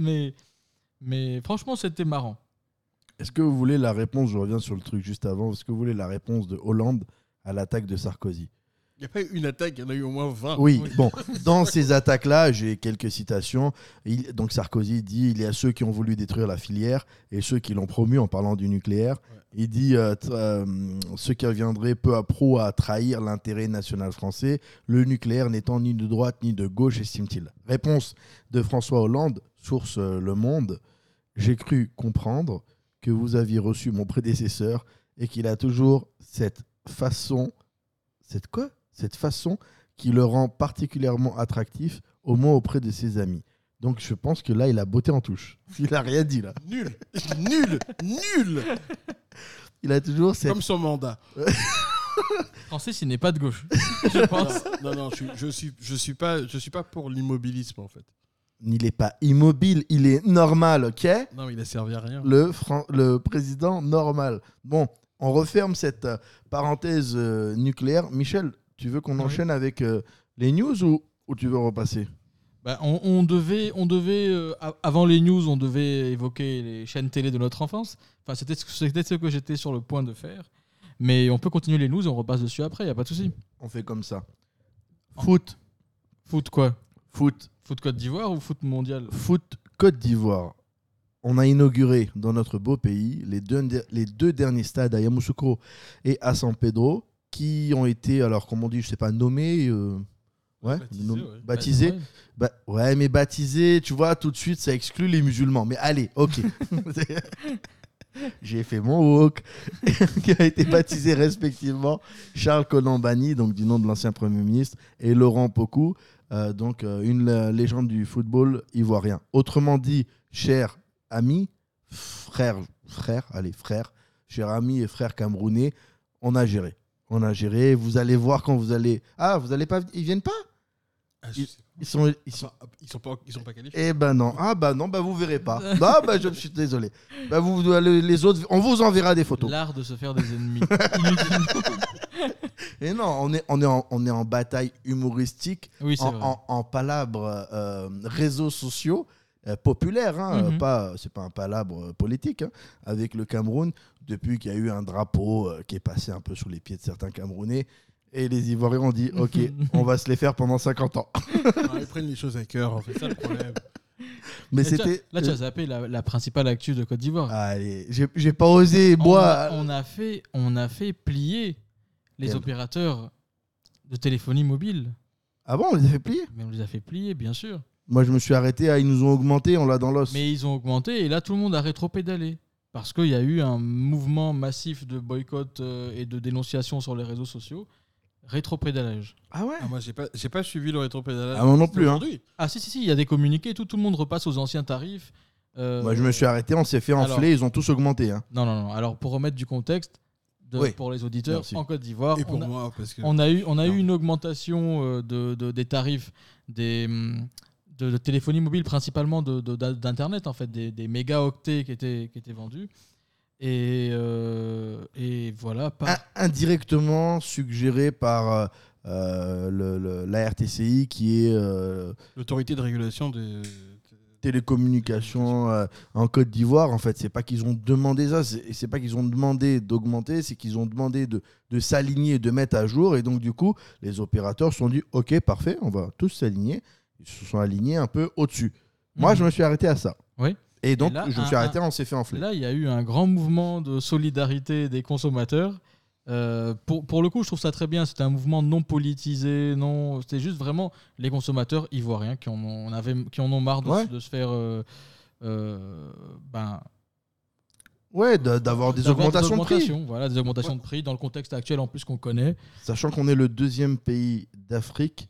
Mais franchement, c'était marrant. Est-ce que vous voulez la réponse? Je reviens sur le truc juste avant. Est-ce que vous voulez la réponse de Hollande à l'attaque de Sarkozy? Il n'y a pas eu une attaque, il y en a eu au moins 20. Oui, bon, dans ces attaques-là, j'ai quelques citations. Donc Sarkozy dit il y a ceux qui ont voulu détruire la filière et ceux qui l'ont promu en parlant du nucléaire. Ouais. Il dit ceux qui reviendraient peu à pro à trahir l'intérêt national français, le nucléaire n'étant ni de droite ni de gauche, estime-t-il. Réponse de François Hollande, source Le Monde. J'ai cru comprendre que vous aviez reçu mon prédécesseur et qu'il a toujours cette façon qui le rend particulièrement attractif, au moins auprès de ses amis. Donc je pense que là, il a botté en touche. Il n'a rien dit là. Nul. Il a toujours cette... Comme son mandat. Francis, il n'est pas de gauche, je pense. Non, je suis pas pour l'immobilisme en fait. Il n'est pas immobile, il est normal, ok? Non, mais il a servi à rien. Le président normal. Bon, on referme cette parenthèse nucléaire. Michel, tu veux qu'on enchaîne avec les news ou tu veux repasser? On devait avant les news, on devait évoquer les chaînes télé de notre enfance. Enfin, c'était ce que j'étais sur le point de faire. Mais on peut continuer les news et on repasse dessus après, il n'y a pas de souci. On fait comme ça. Foot. Foot quoi? Foot Côte d'Ivoire ou foot mondial? Foot Côte d'Ivoire. On a inauguré dans notre beau pays les deux derniers stades à Yamoussoukro et à San Pedro qui ont été, alors comme on dit, je sais pas, nommés... Baptisés. Ouais, mais baptisés, tu vois, tout de suite, ça exclut les musulmans. Mais allez, ok. J'ai fait mon walk, qui a été baptisé respectivement Charles Konan-Banny, donc du nom de l'ancien Premier ministre, et Laurent Pokou, donc une légende du football ivoirien. Autrement dit, cher ami, frère, cher ami et frère camerounais, on a géré. Vous allez voir quand vous allez... Ah, vous allez pas... Ils viennent pas? Ils sont pas qualifiés. Eh ben non. Ah bah non, bah vous verrez pas. Bah je suis désolé. Bah les autres, on vous enverra des photos. L'art de se faire des ennemis. Et non, on est en bataille humoristique, oui, en palabres réseaux sociaux populaires. Hein, c'est pas un palabre politique, hein, avec le Cameroun, depuis qu'il y a eu un drapeau qui est passé un peu sous les pieds de certains Camerounais. Et les Ivoiriens ont dit, ok, on va se les faire pendant 50 ans. Ils prennent les choses à cœur, c'est ça le problème. Mais c'était... Là, tu as zappé la principale actu de Côte d'Ivoire. Allez, j'ai pas osé, moi... On a fait plier les opérateurs de téléphonie mobile. Ah bon, on les a fait plier? Mais on les a fait plier, bien sûr. Moi, je me suis arrêté à ils nous ont augmenté, on l'a dans l'os. Mais ils ont augmenté et là, tout le monde a rétro-pédalé. parce qu'il y a eu un mouvement massif de boycott et de dénonciation sur les réseaux sociaux. Rétropédalage. Ah ouais. Moi, j'ai pas suivi le rétropédalage. Ah, moi non plus. Hein. Ah si, il y a des communiqués, tout le monde repasse aux anciens tarifs. Moi, je me suis arrêté, on s'est fait enfler, ils ont tous augmenté. Hein. Non. Alors, pour remettre du contexte, pour les auditeurs, Merci. en Côte d'Ivoire, Et pour moi, parce que... on a eu une augmentation des tarifs de téléphonie mobile, principalement d'Internet, en fait, des mégaoctets qui étaient vendus. Et voilà. Indirectement suggéré par la RTCI, qui est l'autorité de régulation des télécommunications en Côte d'Ivoire. En fait, c'est pas qu'ils ont demandé ça, c'est pas qu'ils ont demandé d'augmenter, c'est qu'ils ont demandé de s'aligner, de mettre à jour. Et donc, du coup, les opérateurs se sont dit ok, parfait, on va tous s'aligner. Ils se sont alignés un peu au-dessus. Moi, je me suis arrêté à ça. Oui. Et donc, je me suis arrêté, on s'est fait enfler. Là, il y a eu un grand mouvement de solidarité des consommateurs. Pour le coup, je trouve ça très bien. C'était un mouvement non politisé. C'était juste vraiment les consommateurs ivoiriens qui en ont marre de se faire... d'avoir des augmentations de prix. Voilà, des augmentations de prix dans le contexte actuel en plus qu'on connaît. Sachant qu'on est le 2e pays d'Afrique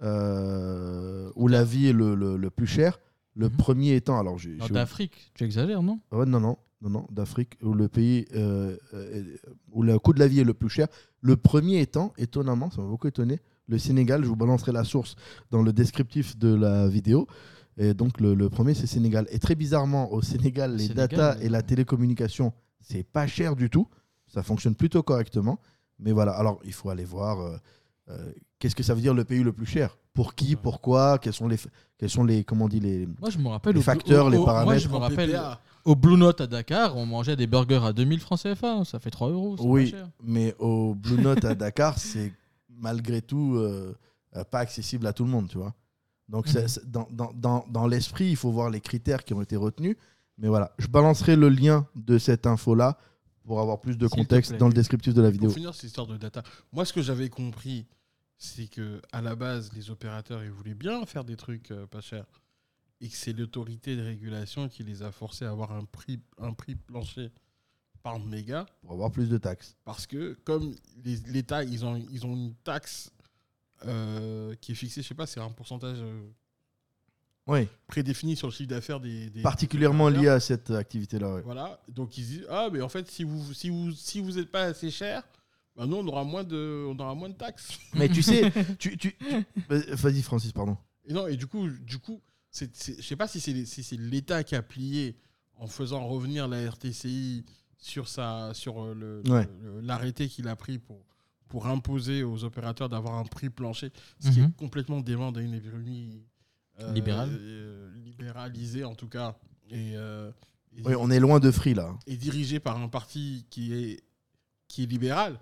où la vie est le plus cher. Le premier étant... Alors, d'Afrique, tu exagères, non ? Ouais, non, d'Afrique, où le pays où le coût de la vie est le plus cher. Le premier étant, étonnamment, ça m'a beaucoup étonné, le Sénégal. Je vous balancerai la source dans le descriptif de la vidéo. Et donc, le premier, c'est Sénégal. Et très bizarrement, au Sénégal, les datas et la télécommunication, c'est pas cher du tout. Ça fonctionne plutôt correctement. Mais voilà, alors, il faut aller voir... qu'est-ce que ça veut dire le pays le plus cher ? Pour qui ? Pourquoi ? Quels sont les comment on dit les Moi, je me rappelle les facteurs, les paramètres. Moi, je me rappelle au Blue Note à Dakar, on mangeait des burgers à 2000 francs CFA, ça fait 3 €. Oui, pas cher. Mais au Blue Note à Dakar, c'est malgré tout pas accessible à tout le monde, tu vois. Donc dans l'esprit, il faut voir les critères qui ont été retenus. Mais voilà, je balancerai le lien de cette info-là pour avoir plus de contexte dans le descriptif de la vidéo. Pour finir cette histoire de data, moi ce que j'avais compris, c'est que à la base, les opérateurs ils voulaient bien faire des trucs pas chers, et que c'est l'autorité de régulation qui les a forcés à avoir un prix plancher par méga pour avoir plus de taxes. Parce que comme l'État ils ont une taxe qui est fixée, je sais pas, c'est un pourcentage prédéfini sur le chiffre d'affaires des particulièrement lié à cette activité-là. Ouais. Voilà, donc ils disent mais en fait si vous êtes pas assez cher, bah nous on aura moins de taxes. Mais tu sais, vas-y Francis, pardon. Et du coup, je sais pas si c'est l'État qui a plié en faisant revenir la RTCI sur l'arrêté qu'il a pris pour imposer aux opérateurs d'avoir un prix plancher, ce qui est complètement dément dans une économie libéralisée en tout cas. Oui, on est loin de Free là. Et dirigé par un parti qui est libéral.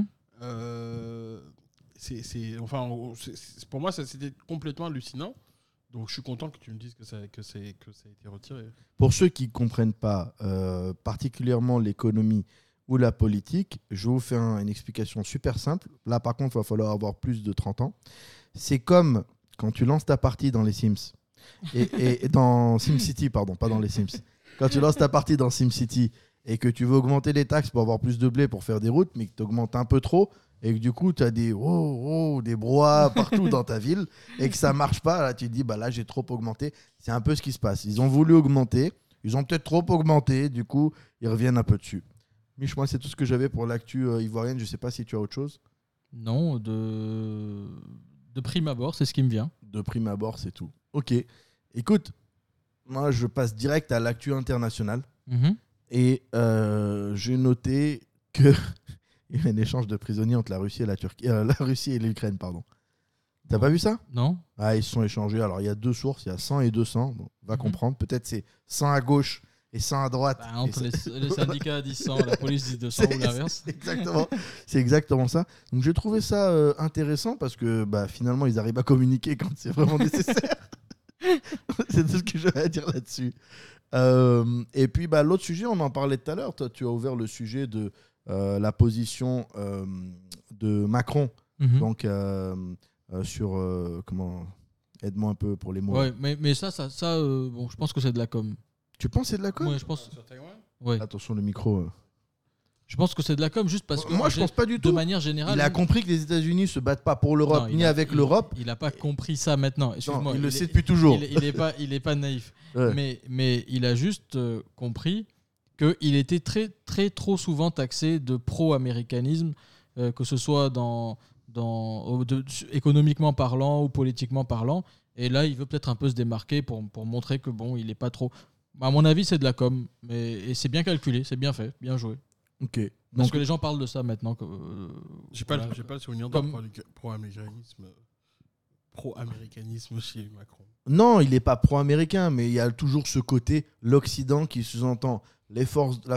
Pour moi, c'était complètement hallucinant. Donc, je suis content que tu me dises que ça a été retiré. Pour ceux qui ne comprennent pas particulièrement l'économie ou la politique, je vais vous faire une explication super simple. Là, par contre, il va falloir avoir plus de 30 ans. C'est comme quand tu lances ta partie dans les Sims. Et dans SimCity, pardon, pas dans les Sims. Quand tu lances ta partie dans SimCity et que tu veux augmenter les taxes pour avoir plus de blé pour faire des routes, mais que tu augmentes un peu trop, et que du coup, tu as des brouhahas partout dans ta ville, et que ça ne marche pas, là, tu te dis, là, j'ai trop augmenté. C'est un peu ce qui se passe. Ils ont voulu augmenter, ils ont peut-être trop augmenté, du coup, ils reviennent un peu dessus. Mich, moi, c'est tout ce que j'avais pour l'actu ivoirienne. Je ne sais pas si tu as autre chose. Non, de prime abord, c'est ce qui me vient. De prime abord, c'est tout. Ok. Écoute, moi, je passe direct à l'actu internationale. Et j'ai noté qu'il y a un échange de prisonniers entre la Russie et la Russie et l'Ukraine, pardon. T'as pas vu ça ? Non. Ils se sont échangés. Alors, il y a 2 sources, il y a 100 et 200. Bon, va comprendre. Peut-être c'est 100 à gauche et 100 à droite. Entre les syndicats disent 100, la police dit 200 ou l'inverse. C'est exactement ça. Donc, j'ai trouvé ça intéressant parce que finalement, ils arrivent à communiquer quand c'est vraiment nécessaire. C'est tout ce que j'avais à dire là-dessus. Et puis, l'autre sujet, on en parlait tout à l'heure. Toi, tu as ouvert le sujet de la position de Macron. Donc, sur... comment... Aide-moi un peu pour les mots. Ouais, mais ça, bon, je pense que c'est de la com. Tu penses que c'est de la com ? Ouais, je pense. Sur Taïwan ? Ouais. Attention, le micro. Je pense que c'est de la com, juste parce que Moi, je pense pas du tout. De manière générale, Il a compris que les États-Unis se battent pas pour l'Europe ni avec l'Europe. Il n'a pas compris ça maintenant. Excuse-moi. Non, il le sait depuis toujours. Il est pas naïf. Ouais. Mais il a juste compris qu'il était trop souvent taxé de pro-américanisme, que ce soit économiquement parlant ou politiquement parlant. Et là, il veut peut-être un peu se démarquer pour montrer que bon, il n'est pas trop. À mon avis, c'est de la com, et c'est bien calculé, c'est bien fait, bien joué. Ok. Parce que les gens parlent de ça maintenant. J'ai pas le souvenir d'un pro-américanisme chez Macron. Non, il n'est pas pro-américain, mais il y a toujours ce côté, l'Occident qui sous-entend les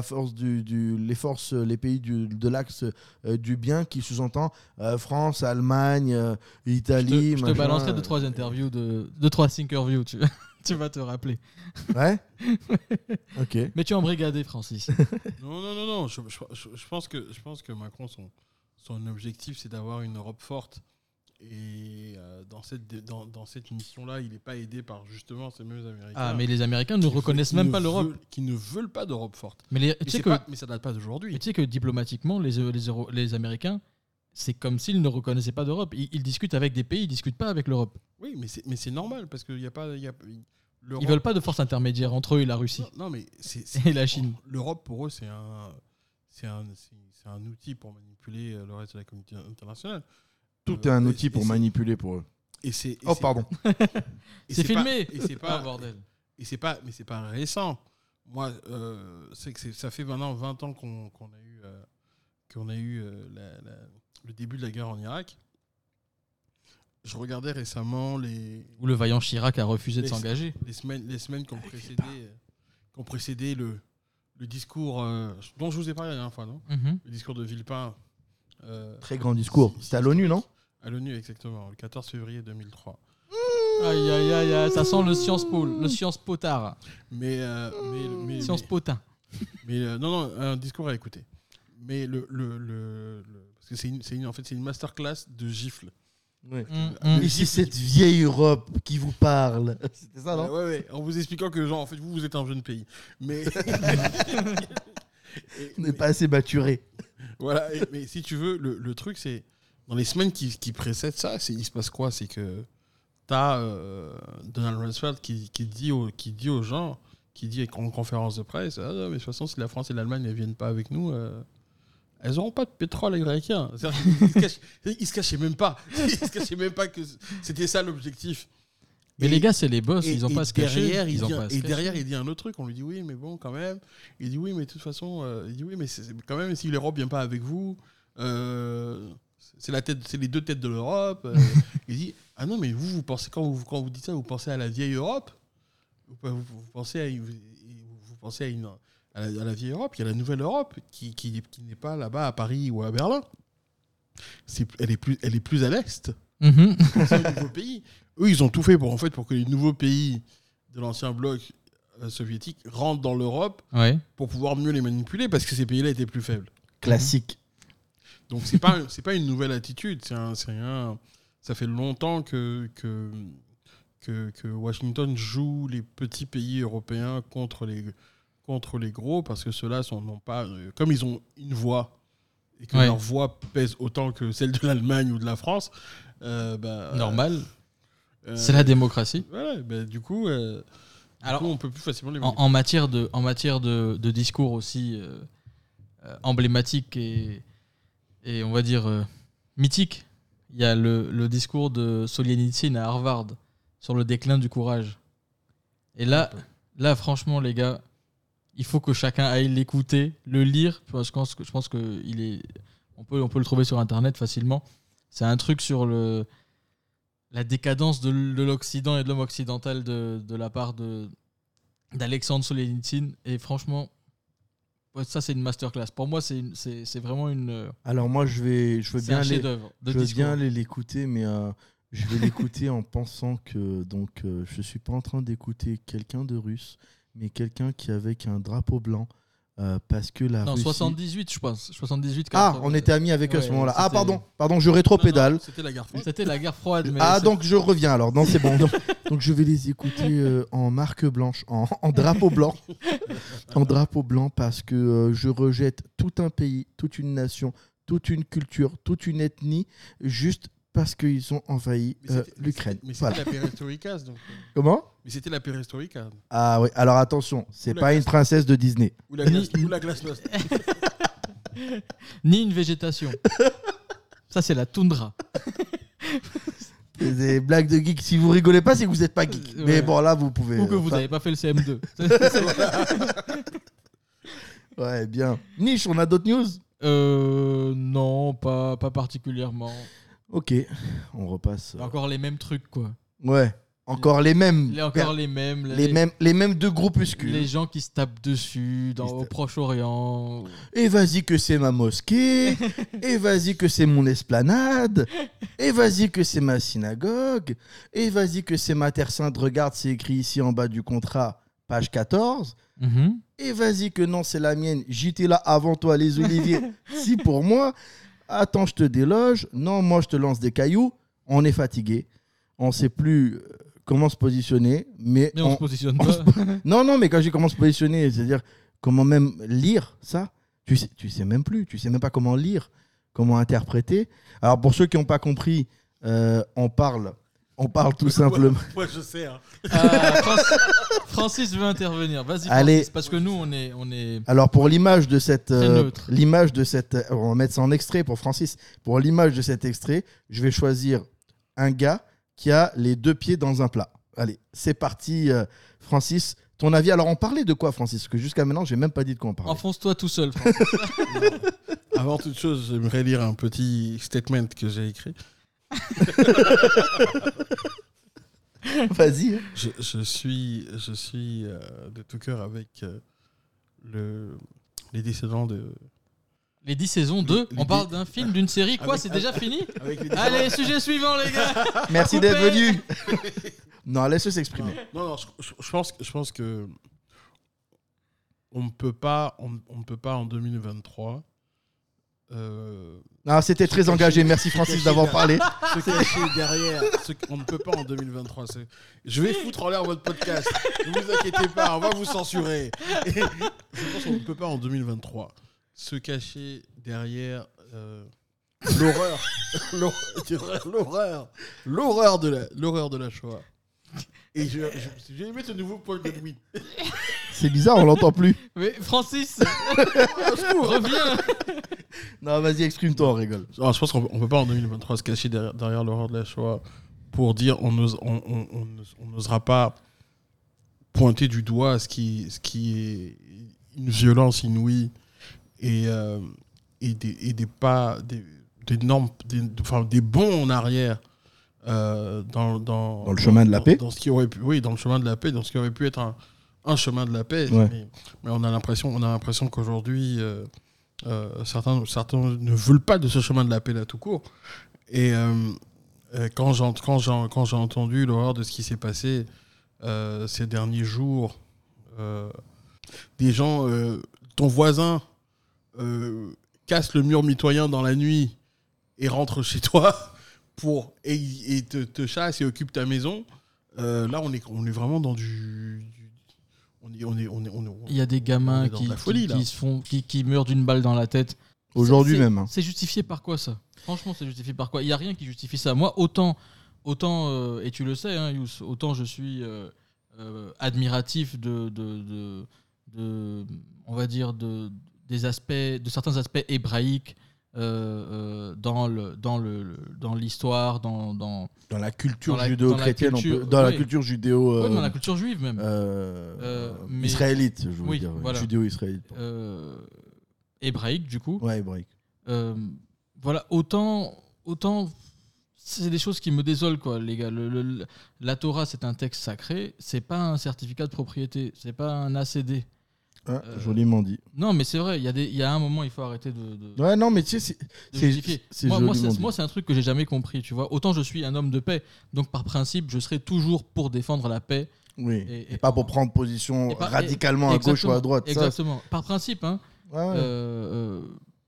pays de l'axe du bien qui sous-entend France, Allemagne, Italie. Je te balancerai 2-3 interviews, 2-3 Thinkerview, tu vas te rappeler. Ouais. Ok. Mais tu es embrigadé, Francis. Non. Je pense que Macron, son objectif, c'est d'avoir une Europe forte. Et dans cette mission-là, il n'est pas aidé par justement ces mêmes Américains. Ah, mais les Américains ne reconnaissent même pas l'Europe. Qui ne veulent pas d'Europe forte. Mais ça date pas d'aujourd'hui. Mais tu sais que diplomatiquement, les Américains, c'est comme s'ils ne reconnaissaient pas d'Europe. Ils discutent avec des pays, ils ne discutent pas avec l'Europe. Oui, mais c'est normal, parce qu'il n'y a pas... Ils ne veulent pas de force intermédiaire entre eux et la Russie. Non, mais et la Chine. L'Europe, pour eux, c'est un outil pour manipuler le reste de la communauté internationale. Tout est un outil pour manipuler pour eux. Pardon. C'est filmé. Et c'est pas bordel. Et c'est pas récent. Moi, ça fait maintenant 20 ans qu'on a eu le début de la guerre en Irak. Je regardais récemment où le vaillant Chirac a refusé de s'engager. Les semaines qui ont précédé le discours dont je vous ai parlé la dernière fois, non? Le discours de Villepin. Très grand discours. C'était à l'ONU, non? À l'ONU, exactement, le 14 février 2003. Aïe, ça sent le Sciences Po, le Sciences Potard. Mais Sciences Potin. Mais non, un discours à écouter. Mais parce que c'est une masterclass de gifles. Ouais. Et c'est cette vieille Europe qui vous parle. C'était ça, non? Ouais. En vous expliquant que genre en fait vous êtes un jeune pays. Mais on n'est pas assez maturé. Voilà. Mais si tu veux, le truc c'est dans les semaines qui précèdent ça, il se passe quoi? C'est que t'as Donald Rumsfeld qui dit aux gens, qui dit en conférence de presse, mais de toute façon si la France et l'Allemagne ne viennent pas avec nous, elles n'auront pas de pétrole américain. Ils se cachaient même pas. Ils se cachaient même pas que c'était ça l'objectif. Mais les gars, c'est les boss, ils n'ont pas à se cacher. Derrière, il dit un autre truc. On lui dit oui, mais bon, quand même. Il dit oui, mais de toute façon, il dit oui, mais c'est quand même si l'Europe vient pas avec vous, c'est les deux têtes de l'Europe. Il dit ah non, mais vous pensez quand vous dites ça, vous pensez à la vieille Europe. Vous pensez à la vieille Europe. Il y a la nouvelle Europe qui n'est pas là-bas à Paris ou à Berlin. Elle est plus à l'est. C'est un nouveau pays. Eux, ils ont tout fait pour que les nouveaux pays de l'ancien bloc soviétique rentrent dans l'Europe pour pouvoir mieux les manipuler parce que ces pays-là étaient plus faibles. Classique. Donc c'est pas une nouvelle attitude. Ça fait longtemps que Washington joue les petits pays européens contre les gros parce que ceux-là n'ont pas comme ils ont une voix et que leur voix pèse autant que celle de l'Allemagne ou de la France. Normal. C'est la démocratie. Voilà, du coup, on peut plus facilement les en matière de discours aussi emblématique et on va dire mythique, il y a le discours de Solzhenitsyn à Harvard sur le déclin du courage. Et là franchement, les gars, il faut que chacun aille l'écouter, le lire. Je pense que on peut le trouver sur Internet facilement. C'est un truc sur la décadence de l'Occident et de l'homme occidental de la part d'Alexandre Solzhenitsyn. Et franchement, ça c'est une masterclass. Pour moi, c'est vraiment une. Alors moi, je veux bien aller l'écouter, mais je vais l'écouter en pensant que je suis pas en train d'écouter quelqu'un de russe, mais quelqu'un qui avec un drapeau blanc parce que la Non, Russie... 78, je pense. 78, Ah, 80. on était amis avec eux à ce Ouais, moment-là. Ah, c'était- pardon, je rétropédale. Non, c'était la guerre froide. C'était la guerre froide. Mais Ah, c'est- donc je reviens alors. Non, c'est bon. Donc je vais les écouter en marque blanche, en drapeau blanc. En drapeau blanc parce que je rejette tout un pays, toute une nation, toute une culture, toute une ethnie, juste parce qu'ils ont envahi l'Ukraine. Mais c'était Voilà. la perestroïka. Donc, Comment ? mais c'était la perestroïka. Ah oui, alors attention, c'est Ou la pas une glace. princesse de Disney. Ou la glace, ou la glace noire. Ni une végétation. Ça, c'est la toundra. C'est des blagues de geek. Si vous rigolez pas, c'est que vous n'êtes pas geek. Ouais. Mais bon, là, vous pouvez. Ou que vous enfin, n'avez pas fait le CM2. Ouais, bien. Niche, on a d'autres news ? Non, pas particulièrement. Ok, on repasse. Encore les mêmes trucs, quoi. Ouais, encore les mêmes. Encore les mêmes. Les mêmes deux groupuscules. Les gens qui se tapent dessus au Proche-Orient. Et vas-y que c'est ma mosquée. Et vas-y que c'est mon esplanade. Et vas-y que c'est ma synagogue. Et vas-y que c'est ma terre sainte. Regarde, c'est écrit ici en bas du contrat, page 14. Et vas-y que non, c'est la mienne. J'étais là avant toi, les oliviers. Si pour moi. Attends, je te déloge. Non, moi, je te lance des cailloux. On est fatigué. On ne sait plus comment se positionner. Mais on se positionne on pas. Non, mais quand j'ai comment se positionner, c'est-à-dire comment même lire ça, tu sais même plus. Tu sais même pas comment lire, comment interpréter. Alors, pour ceux qui n'ont pas compris, on parle tout simplement. Moi, je sais. Hein. Francis veut intervenir. Vas-y, Francis, Allez. parce que nous, on est... Alors, pour l'image de cette... neutre. on va mettre ça en extrait pour Francis. Pour l'image de cet extrait, je vais choisir un gars qui a les deux pieds dans un plat. Allez, c'est parti, Francis. Ton avis, alors on parlait de quoi, Francis ? Parce que jusqu'à maintenant, je n'ai même pas dit de quoi on parlait. Enfonce-toi tout seul, Francis. Avant toute chose, j'aimerais lire un petit statement que j'ai écrit. Vas-y. Hein. Je suis de tout cœur avec les descendants de... Les 10 saisons 2, on parle d'un film, d'une série. Quoi, c'est déjà fini ? Allez, sujet suivant, les gars. Merci d'être venu. Non, laisse-le s'exprimer. Non, je pense que on ne peut pas en 2023. Non, c'était très engagé. Merci Francis d'avoir parlé. Se cacher derrière. On ne peut pas en 2023. Je vais foutre en l'air votre podcast. Ne vous inquiétez pas, on va vous censurer. Et je pense qu'on ne peut pas en 2023 se cacher derrière l'horreur de la Shoah. Et je vais mettre ce nouveau Paul Godwin. C'est bizarre, on l'entend plus. Mais Francis, reviens. Non, vas-y, exprime-toi, on rigole. Alors, je pense qu'on ne peut pas en 2023 se cacher derrière l'horreur de la Shoah pour dire on n'osera pas pointer du doigt ce qui est une violence inouïe et des normes, des bonds en arrière dans le chemin de la paix. Dans ce qui aurait pu, dans le chemin de la paix, dans ce qui aurait pu être un chemin de la paix. Ouais. Mais on a l'impression qu'aujourd'hui certains ne veulent pas de ce chemin de la paix là tout court. Et quand j'ai entendu l'horreur de ce qui s'est passé ces derniers jours, des gens, ton voisin casse le mur mitoyen dans la nuit et rentre chez toi et te chasse et occupe ta maison. Là, on est vraiment dans du il y a des gamins qui meurent d'une balle dans la tête. Aujourd'hui même. C'est justifié par quoi ça ? Franchement, c'est justifié par quoi ? Il n'y a rien qui justifie ça. Moi, autant et tu le sais, hein, Youss, autant je suis admiratif de on va dire de certains aspects hébraïques dans l'histoire, dans la culture judéo-chrétienne, dans la culture judéo... dans la culture juive même. Israélite, je veux dire. Voilà. Judéo-israélite. Hébraïque, du coup. Ouais, hébraïque. Voilà, autant c'est des choses qui me désolent, quoi, les gars. La Torah, c'est un texte sacré, c'est pas un certificat de propriété, c'est pas un ACD. Ah, joliment dit. Non, mais c'est vrai, il y a un moment, il faut arrêter de ouais, non, mais tu sais, c'est justifié. Moi, c'est un truc que j'ai jamais compris, tu vois. Autant je suis un homme de paix, donc par principe, je serai toujours pour défendre la paix Oui. Et pas pour prendre position radicalement à gauche ou à droite. Exactement. Par principe, hein. Ouais.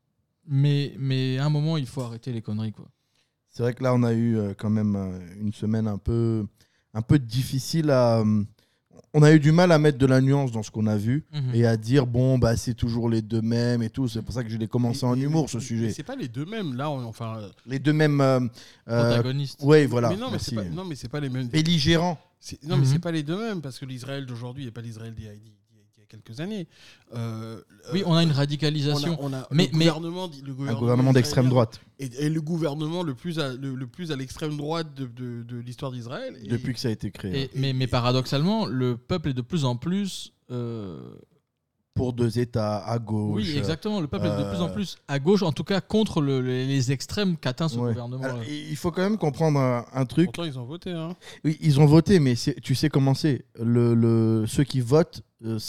Mais à un moment, il faut arrêter les conneries, quoi. C'est vrai que là, on a eu quand même une semaine un peu difficile à. On a eu du mal à mettre de la nuance dans ce qu'on a vu et à dire c'est toujours les deux mêmes et tout. C'est pour ça que je l'ai commencé en humour, ce sujet. Mais c'est pas les deux mêmes là. Les deux mêmes protagonistes. Oui, voilà. Mais non, mais c'est pas les mêmes. Belligérants. Non, mais c'est pas les deux mêmes parce que l'Israël d'aujourd'hui n'est pas l'Israël d'il y a quelques années. Oui, on a une radicalisation. On a le gouvernement d'extrême droite. Et le gouvernement le plus à l'extrême droite de l'histoire d'Israël. Depuis que ça a été créé. Mais paradoxalement, le peuple est de plus en plus... pour deux États à gauche. Oui, exactement. Le peuple est de plus en plus à gauche, en tout cas contre les extrêmes qu'atteint ce gouvernement. Alors, il faut quand même comprendre un truc. Pourtant, ils ont voté. Hein. Oui, ils ont voté, mais tu sais comment c'est. Ceux qui votent,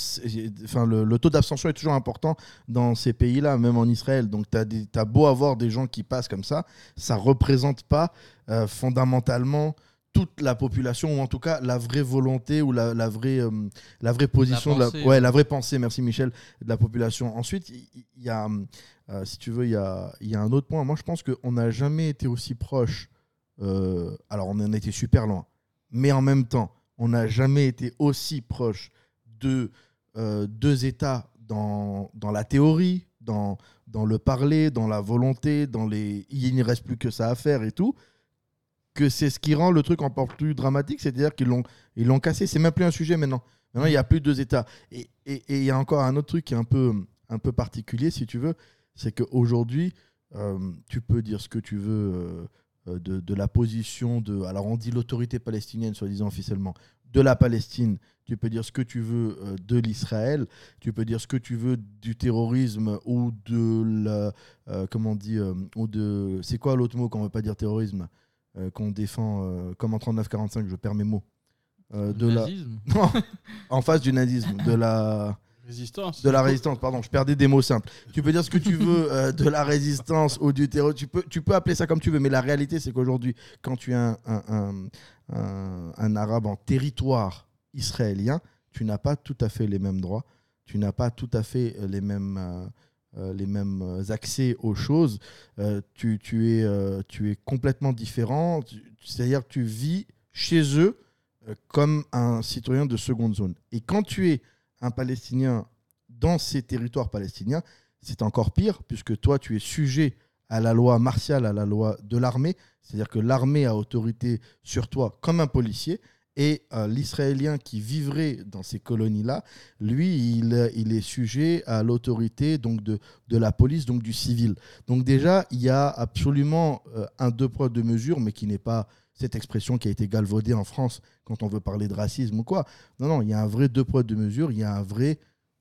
le taux d'abstention est toujours important dans ces pays-là, même en Israël. Donc, t'as beau avoir des gens qui passent comme ça ne représente pas fondamentalement toute la population, ou en tout cas la vraie volonté ou la vraie position, la vraie pensée, merci Michel, de la population. Ensuite, il y a, si tu veux, il y a un autre point. Moi, je pense qu'on n'a jamais été aussi proche. Alors, on en était super loin, mais en même temps, on n'a jamais été aussi proche de deux États dans la théorie, dans le parler, dans la volonté, il ne reste plus que ça à faire et tout. Que c'est ce qui rend le truc encore plus dramatique, c'est-à-dire qu'ils l'ont cassé. C'est même plus un sujet maintenant. Maintenant, il n'y a plus deux États. Et il y a encore un autre truc qui est un peu particulier, si tu veux, c'est qu'aujourd'hui, tu peux dire ce que tu veux de la position de... Alors, on dit l'autorité palestinienne, soi-disant officiellement, de la Palestine. Tu peux dire ce que tu veux de l'Israël. Tu peux dire ce que tu veux du terrorisme ou de la... comment on dit ou de... C'est quoi l'autre mot qu'on ne veut pas dire terrorisme qu'on défend comme en 39-45, je perds mes mots. Nazisme. Non, en face du nazisme, de la résistance, pardon, je perdais des mots simples. Tu peux dire ce que tu veux de la résistance ou du terrorisme, tu peux appeler ça comme tu veux, mais la réalité c'est qu'aujourd'hui, quand tu es un arabe en territoire israélien, tu n'as pas tout à fait les mêmes droits, tu n'as pas tout à fait les mêmes accès aux choses, tu es complètement différent, c'est-à-dire que tu vis chez eux comme un citoyen de seconde zone. Et quand tu es un Palestinien dans ces territoires palestiniens, c'est encore pire, puisque toi, tu es sujet à la loi martiale, à la loi de l'armée, c'est-à-dire que l'armée a autorité sur toi comme un policier. Et l'Israélien qui vivrait dans ces colonies-là, lui, il est sujet à l'autorité donc de la police, donc du civil. Donc déjà, il y a absolument un deux poids, deux mesures, mais qui n'est pas cette expression qui a été galvaudée en France quand on veut parler de racisme ou quoi. Non, il y a un vrai deux poids, deux mesures, il y a un vrai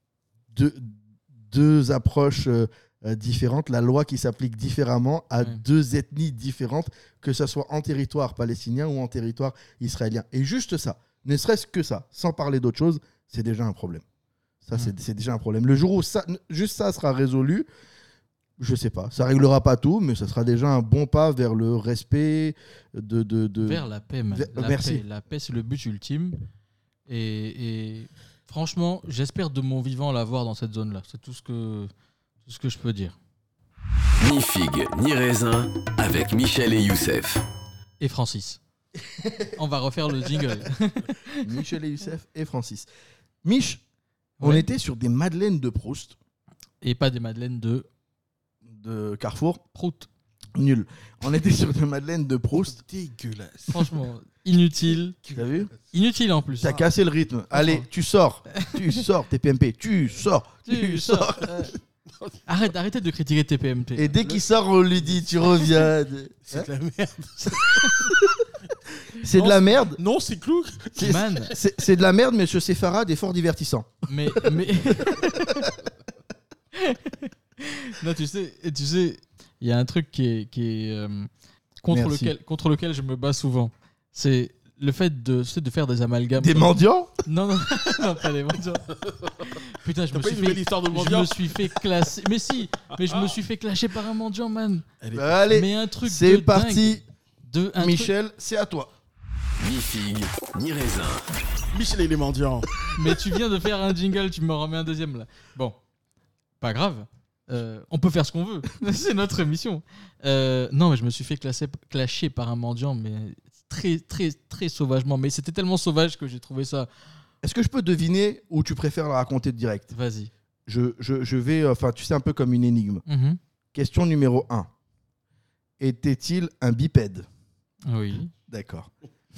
deux approches différentes, la loi qui s'applique différemment à deux ethnies différentes, que ce soit en territoire palestinien ou en territoire israélien. Et juste ça, ne serait-ce que ça, sans parler d'autre chose, c'est déjà un problème. Ça, c'est déjà un problème. Le jour où juste ça sera résolu, je sais pas, ça réglera pas tout, mais ça sera déjà un bon pas vers le respect vers la paix. Merci. La paix, c'est le but ultime. Et franchement, j'espère de mon vivant l'avoir dans cette zone-là. C'est tout ce que je peux dire. Ni figue, ni raisin, avec Michel et Youssef. Et Francis. On va refaire le jingle. Michel et Youssef et Francis. Mich, on était sur des madeleines de Proust. Et pas des madeleines de Carrefour. Prout. Nul. On était sur des madeleines de Proust. Dégueulasse. Franchement, inutile. T'as vu ? Inutile en plus. T'as cassé le rythme. Allez, tu sors, TPMP. Tu sors. Arrêtez de critiquer TPMP. Et dès qu'il sort, on lui dit, tu reviens. C'est de la merde. C'est de la merde. Non, c'est clou. C'est de la merde, mais Monsieur Sefarad est fort divertissant. Mais... Non, tu sais, il y a un truc qui est contre lequel je me bats souvent. C'est le fait de faire des amalgames. Des mendiants ? Non, pas des mendiants. Putain, je me suis fait classer. Mais si, je me suis fait clasher par un mendiant, man. Allez, mais un truc c'est parti. Michel, c'est à toi. Ni figue, ni raisin. Michel et les mendiants. Mais tu viens de faire un jingle, tu me remets un deuxième là. Bon, pas grave. On peut faire ce qu'on veut. C'est notre émission. Non, mais je me suis fait clasher par un mendiant, mais très, très, très sauvagement. Mais c'était tellement sauvage que j'ai trouvé ça. Est-ce que je peux deviner ou tu préfères la raconter direct ? Vas-y. Je vais, tu sais, un peu comme une énigme. Mm-hmm. Question numéro 1. Était-il un bipède ? Oui. D'accord.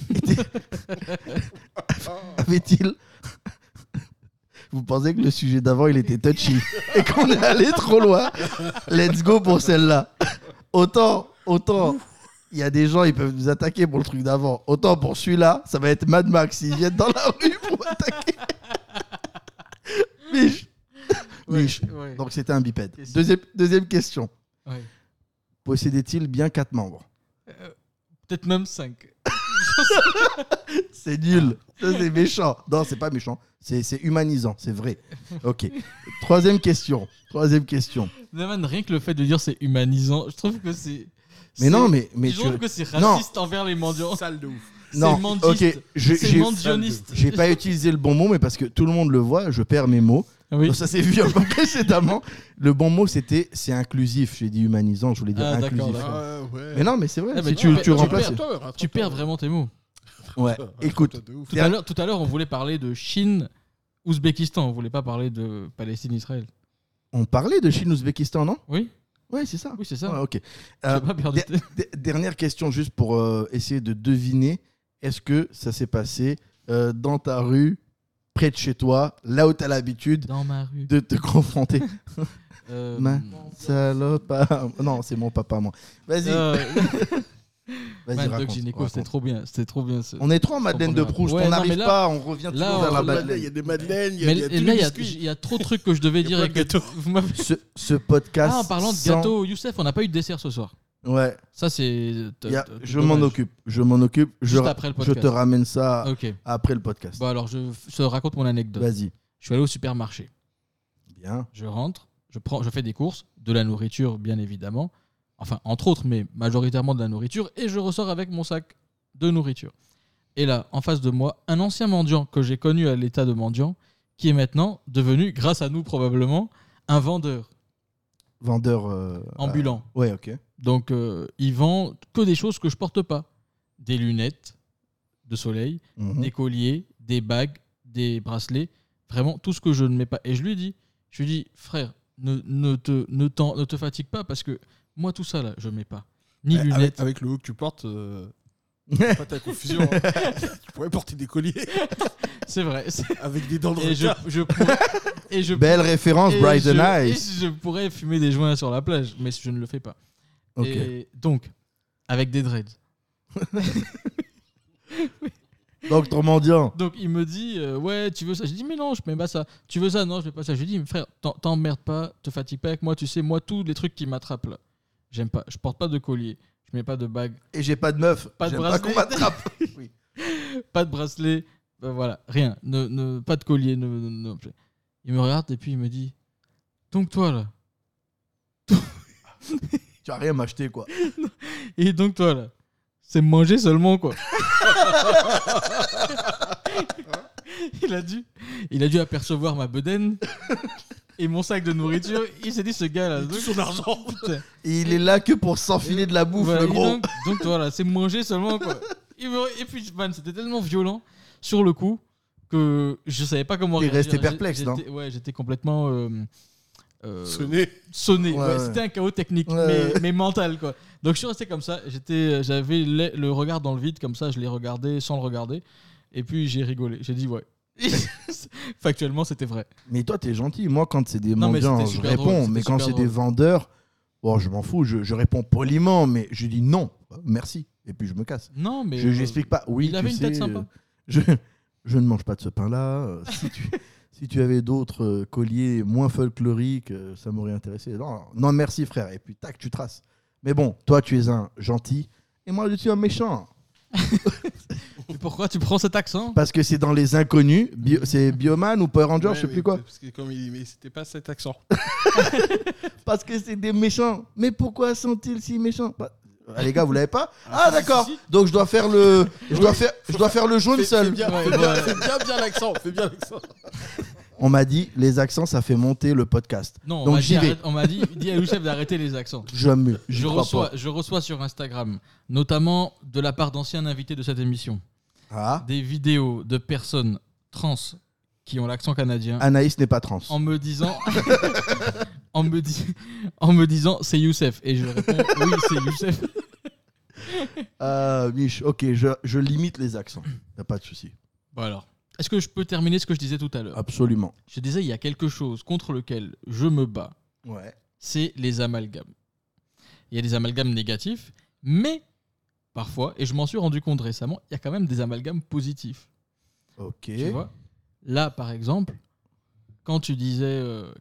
Avait-il... Vous pensez que le sujet d'avant, il était touchy et qu'on est allé trop loin ? Let's go pour celle-là. Autant, il y a des gens, ils peuvent nous attaquer pour le truc d'avant. Autant pour celui-là, ça va être Mad Max. Ils viennent dans la rue pour m'attaquer. Mich. Ouais. Donc c'était un bipède. Deuxième question. Ouais. Possédait-il bien 4 membres ? Peut-être même 5. C'est nul. Ça, c'est méchant. Non, c'est pas méchant. C'est humanisant, c'est vrai. Ok. Troisième question. Non, man, rien que le fait de dire c'est humanisant, je trouve que c'est. Mais non, mais je trouve que c'est raciste envers les mendiants. Sale de ouf. Non, c'est mandiste. ok. C'est mandioniste. J'ai pas utilisé le bon mot, mais parce que tout le monde le voit, je perds mes mots. Oui. Donc ça s'est vu un peu précédemment. Le bon mot, c'est inclusif. J'ai dit humanisant, je voulais dire inclusif. Ouais. Mais non, mais c'est vrai. Ah, si mais tu remplaces. Tu perds vraiment tes mots. Ouais. Écoute, Tout à l'heure, on voulait parler de Chine, Ouzbékistan. On voulait pas parler de Palestine, Israël. on parlait de Chine-Ouzbékistan, non ? Oui. Ouais, c'est ça. Oui, c'est ça. Ouais, ok. J'ai pas perdu. Dernière question, juste pour essayer de deviner. Est-ce que ça s'est passé dans ta rue, près de chez toi, là où tu as l'habitude Dans ma rue. de te confronter Ma salope. Non, c'est mon papa, moi. Vas-y. Vas-y, raconte. Gynéco, c'était trop bien. C'était trop bien. On est trop en Madeleine de Proust. Ouais, on non, n'arrive mais là- pas, on revient toujours vers la Madeleine. Il y a des madeleines, il Mais y a là, tous il les y a- biscuits. il y a trop de trucs que je devais dire. Il y a plein de gâteaux. Vous m'avez- Ce podcast. Ah, en parlant de sans- gâteau, Youssef, on n'a pas eu de dessert ce soir. Ouais. Ça, c'est. Je m'en occupe. Juste après le Je podcast. te ramène ça Ok. après le podcast. Bon, alors, je te raconte mon anecdote. Vas-y. Je suis allé au supermarché. Bien. Je rentre, je fais des courses, de la nourriture, bien évidemment. Enfin, entre autres, mais majoritairement de la nourriture. Et je ressors avec mon sac de nourriture. Et là, en face de moi, un ancien mendiant que j'ai connu à l'état de mendiant, qui est maintenant devenu, grâce à nous probablement, un vendeur Vendeur. ambulant. Ouais, ok. Donc, il vend que des choses que je porte pas. Des lunettes de soleil, Mhm. des colliers, des bagues, des bracelets. Vraiment, tout ce que je ne mets pas. Et je lui dis, frère, ne te fatigue pas parce que moi, tout ça, là, je mets pas. Ni lunettes. Avec le haut que tu portes, pas ta confusion. Hein. Tu pourrais porter des colliers C'est vrai. avec des dents de Et requin. Belle référence, Bright and et Nice. je pourrais fumer des joints sur la plage, mais je ne le fais pas. Ok. Et donc, avec des dreads. Donc, ton mendiant. Donc il me dit ouais, tu veux ça? Je dis mais non, je mets pas ça. Tu veux ça? Non, je mets pas ça. Je lui dis mais frère, t'emmerdes pas, te fatigue pas avec moi, tu sais, moi tous les trucs qui m'attrapent là, j'aime pas. Je porte pas de collier, je mets pas de bague, Et j'ai pas de meuf. Pas de J'aime bracelet. qu'on m'attrape. Oui. pas de bracelet, voilà, rien, pas de collier. Il me regarde et puis il me dit donc toi là, Tu as rien m'acheter, quoi. et donc toi là, c'est manger seulement quoi. Il a dû apercevoir ma bedaine et mon sac de nourriture. Il s'est dit ce gars là, Tout son argent. putain. Et il est là que pour s'enfiler de la bouffe, Voilà, le gros. donc voilà, c'est manger seulement quoi. Et puis man, c'était tellement violent sur le coup que je savais pas comment T'es réagir. resté perplexe, non? Ouais, j'étais complètement Sonné. Ouais, Ouais, ouais. c'était un chaos technique, Ouais. mais mental quoi. Donc je suis resté comme ça. J'avais le regard dans le vide comme ça. Je l'ai regardé sans le regarder. Et puis j'ai rigolé. J'ai dit ouais. Factuellement, c'était vrai. Mais toi, t'es gentil. Moi, quand c'est des Non, mais mendiants, c'était je super réponds. drôle, Mais c'était quand super c'est des drôle. vendeurs, bon, je m'en fous. Je réponds poliment, mais je dis non, merci. Et puis je me casse. Non, mais J'explique pas. Oui, il avait tu une tête sais, sympa. je ne mange pas de ce pain-là. Si tu avais d'autres colliers moins folkloriques, ça m'aurait intéressé. Non, merci, frère. Et puis, tac, tu traces. Mais bon, toi, tu es un gentil. Et moi, je suis un méchant. Mais pourquoi tu prends cet accent? Parce que c'est dans Les Inconnus. C'est Bioman ou Power Ranger, Ouais, je sais mais plus quoi. Parce que comme il dit, mais c'était pas cet accent. Parce que c'est des méchants. Mais pourquoi sont-ils si méchants? Ah, les gars, vous l'avez pas? Ah, d'accord. Donc je dois faire le jaune seul. Fais bien l'accent. Fais bien l'accent. On m'a dit les accents, ça fait monter le podcast. Non, donc j'y vais. on m'a dit à Youssef d'arrêter les accents. Je reçois sur Instagram, notamment de la part d'anciens invités de cette émission, des vidéos de personnes trans qui ont l'accent canadien. Anaïs n'est pas trans. En me disant, c'est Youssef. Et je réponds, oui, c'est Youssef. Mich, ok, je limite les accents. Y a pas de souci. Bon alors, est-ce que je peux terminer ce que je disais tout à l'heure? Absolument. Je disais, il y a quelque chose contre lequel je me bats. Ouais. C'est les amalgames. Il y a des amalgames négatifs, mais parfois, et je m'en suis rendu compte récemment, il y a quand même des amalgames positifs. Ok. Tu vois? Là, par exemple, quand tu disais,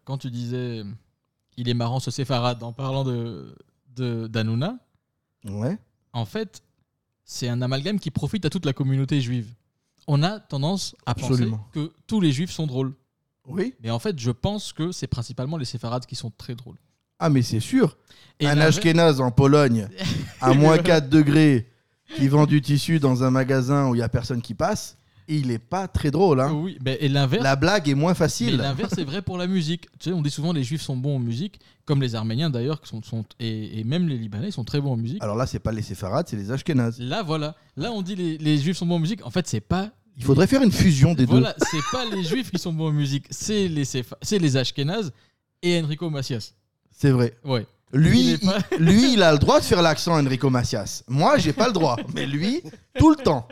il est marrant ce séfarade en parlant d'Hanouna. Ouais. En fait, c'est un amalgame qui profite à toute la communauté juive. On a tendance à penser que tous les juifs sont drôles. Oui. Mais en fait, je pense que c'est principalement les séfarades qui sont très drôles. Ah, mais c'est sûr. Et un Ashkénaze en Pologne, à moins 4 degrés, qui vend du tissu dans un magasin où il n'y a personne qui passe, il n'est pas très drôle. Hein. Oui, et l'inverse. La blague est moins facile. Mais l'inverse est vrai pour la musique. Tu sais, on dit souvent les juifs sont bons en musique, comme les Arméniens d'ailleurs, et même les Libanais sont très bons en musique. Alors là, c'est pas les séfarades, c'est les Ashkénazes. Là, voilà. Là, on dit les juifs sont bons en musique. En fait, c'est pas. Il faudrait faire une fusion des deux. Voilà, c'est pas les juifs qui sont bons en musique, c'est les Ashkénazes et Enrico Macias. C'est vrai. Ouais. Lui, il a le droit de faire l'accent Enrico Macias. Moi, j'ai pas le droit. Mais lui, tout le temps.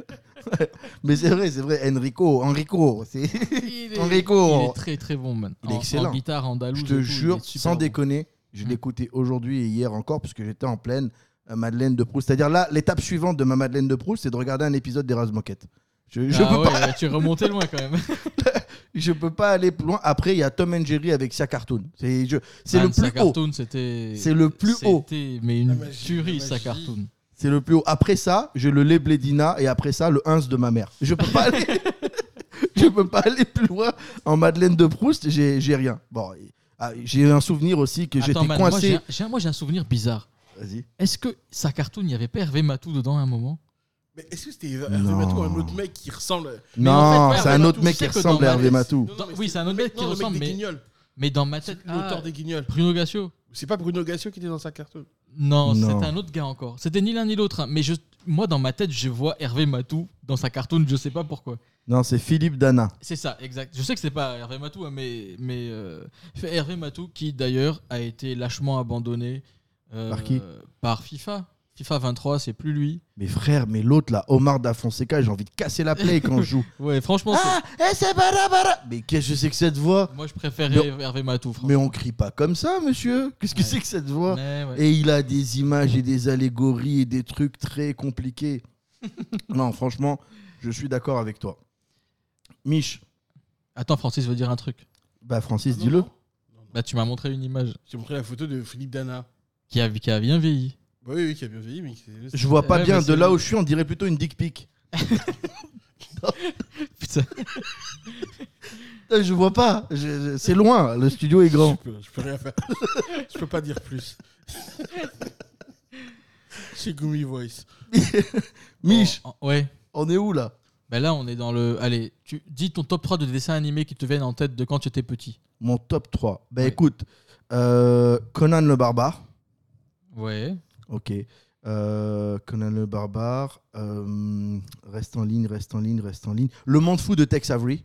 Mais c'est vrai, Enrico, Enrico. Il est très très bon, man. Il est excellent. En guitare andalouse. Je te jure, sans déconner, je l'ai écouté aujourd'hui et hier encore, parce que j'étais en pleine Madeleine de Proust. C'est-à-dire là, l'étape suivante de ma Madeleine de Proust, c'est de regarder un épisode d'Erasmus Moquette. Je peux pas... Tu es remonté loin quand même. Je peux pas aller plus loin. Après, il y a Tom and Jerry avec Sia Cartoon. C'est le plus haut. C'est le plus haut. C'était mais une tuerie, Sia Cartoon. C'est le plus haut. Après ça, j'ai le lait Blédina et après ça, le 11 de ma mère. Je peux pas aller. Je peux pas aller plus loin. En Madeleine de Proust, j'ai rien. Bon, j'ai un souvenir aussi que j'étais coincé. Moi, j'ai un souvenir bizarre. Vas-y. Est-ce que Sia Cartoon, il n'y avait pas Hervé Matou dedans à un moment? Mais est-ce que c'était Hervé Matou, un autre mec qui ressemble? Non, en fait, c'est un autre mec qui ressemble à Hervé Matou. Oui, c'est un autre mec qui ressemble, mais dans ma tête. L'auteur des Guignols. Bruno Gassio. C'est pas Bruno Gassio qui était dans sa cartoon? Non, c'était un autre gars encore. C'était ni l'un ni l'autre. Hein. Mais moi, dans ma tête, je vois Hervé Matou dans sa cartoon, je sais pas pourquoi. Non, c'est Philippe Dana. C'est ça, exact. Je sais que c'est pas Hervé Matou, hein, mais Hervé Matou qui d'ailleurs a été lâchement abandonné. Par qui? Par FIFA. FIFA 23, c'est plus lui. Mais frère, l'autre là, Omar Da Fonseca, j'ai envie de casser la play quand je joue. Ouais, franchement. C'est bara. Mais qu'est-ce que c'est que cette voix? Moi, je préférais Hervé Matou. Mais on crie pas comme ça, monsieur. Qu'est-ce que c'est que cette voix? Ouais. Et il a des images et des allégories et des trucs très compliqués. Non, franchement, je suis d'accord avec toi. Mich. Attends, Francis veut dire un truc. Bah, Francis, dis-le. Non. Bah, tu m'as montré une image. J'ai montré la photo de Philippe Dana. Qui a bien vieilli. Oui, qui a bien vieilli. Mais je vois pas bien. De là où je suis, on dirait plutôt une dick pic. Putain. Je vois pas. C'est loin. Le studio est grand. Je peux rien faire. Je peux pas dire plus. C'est Gumi Voice. Mich. Ouais. On est où là? Bah là, on est dans le. Allez, tu dis ton top 3 de dessins animés qui te viennent en tête de quand tu étais petit. Mon top 3. Bah écoute, Conan le Barbare. Ouais. Ok. Conan le Barbare. Reste en ligne. Le Monde Fou de Tex Avery.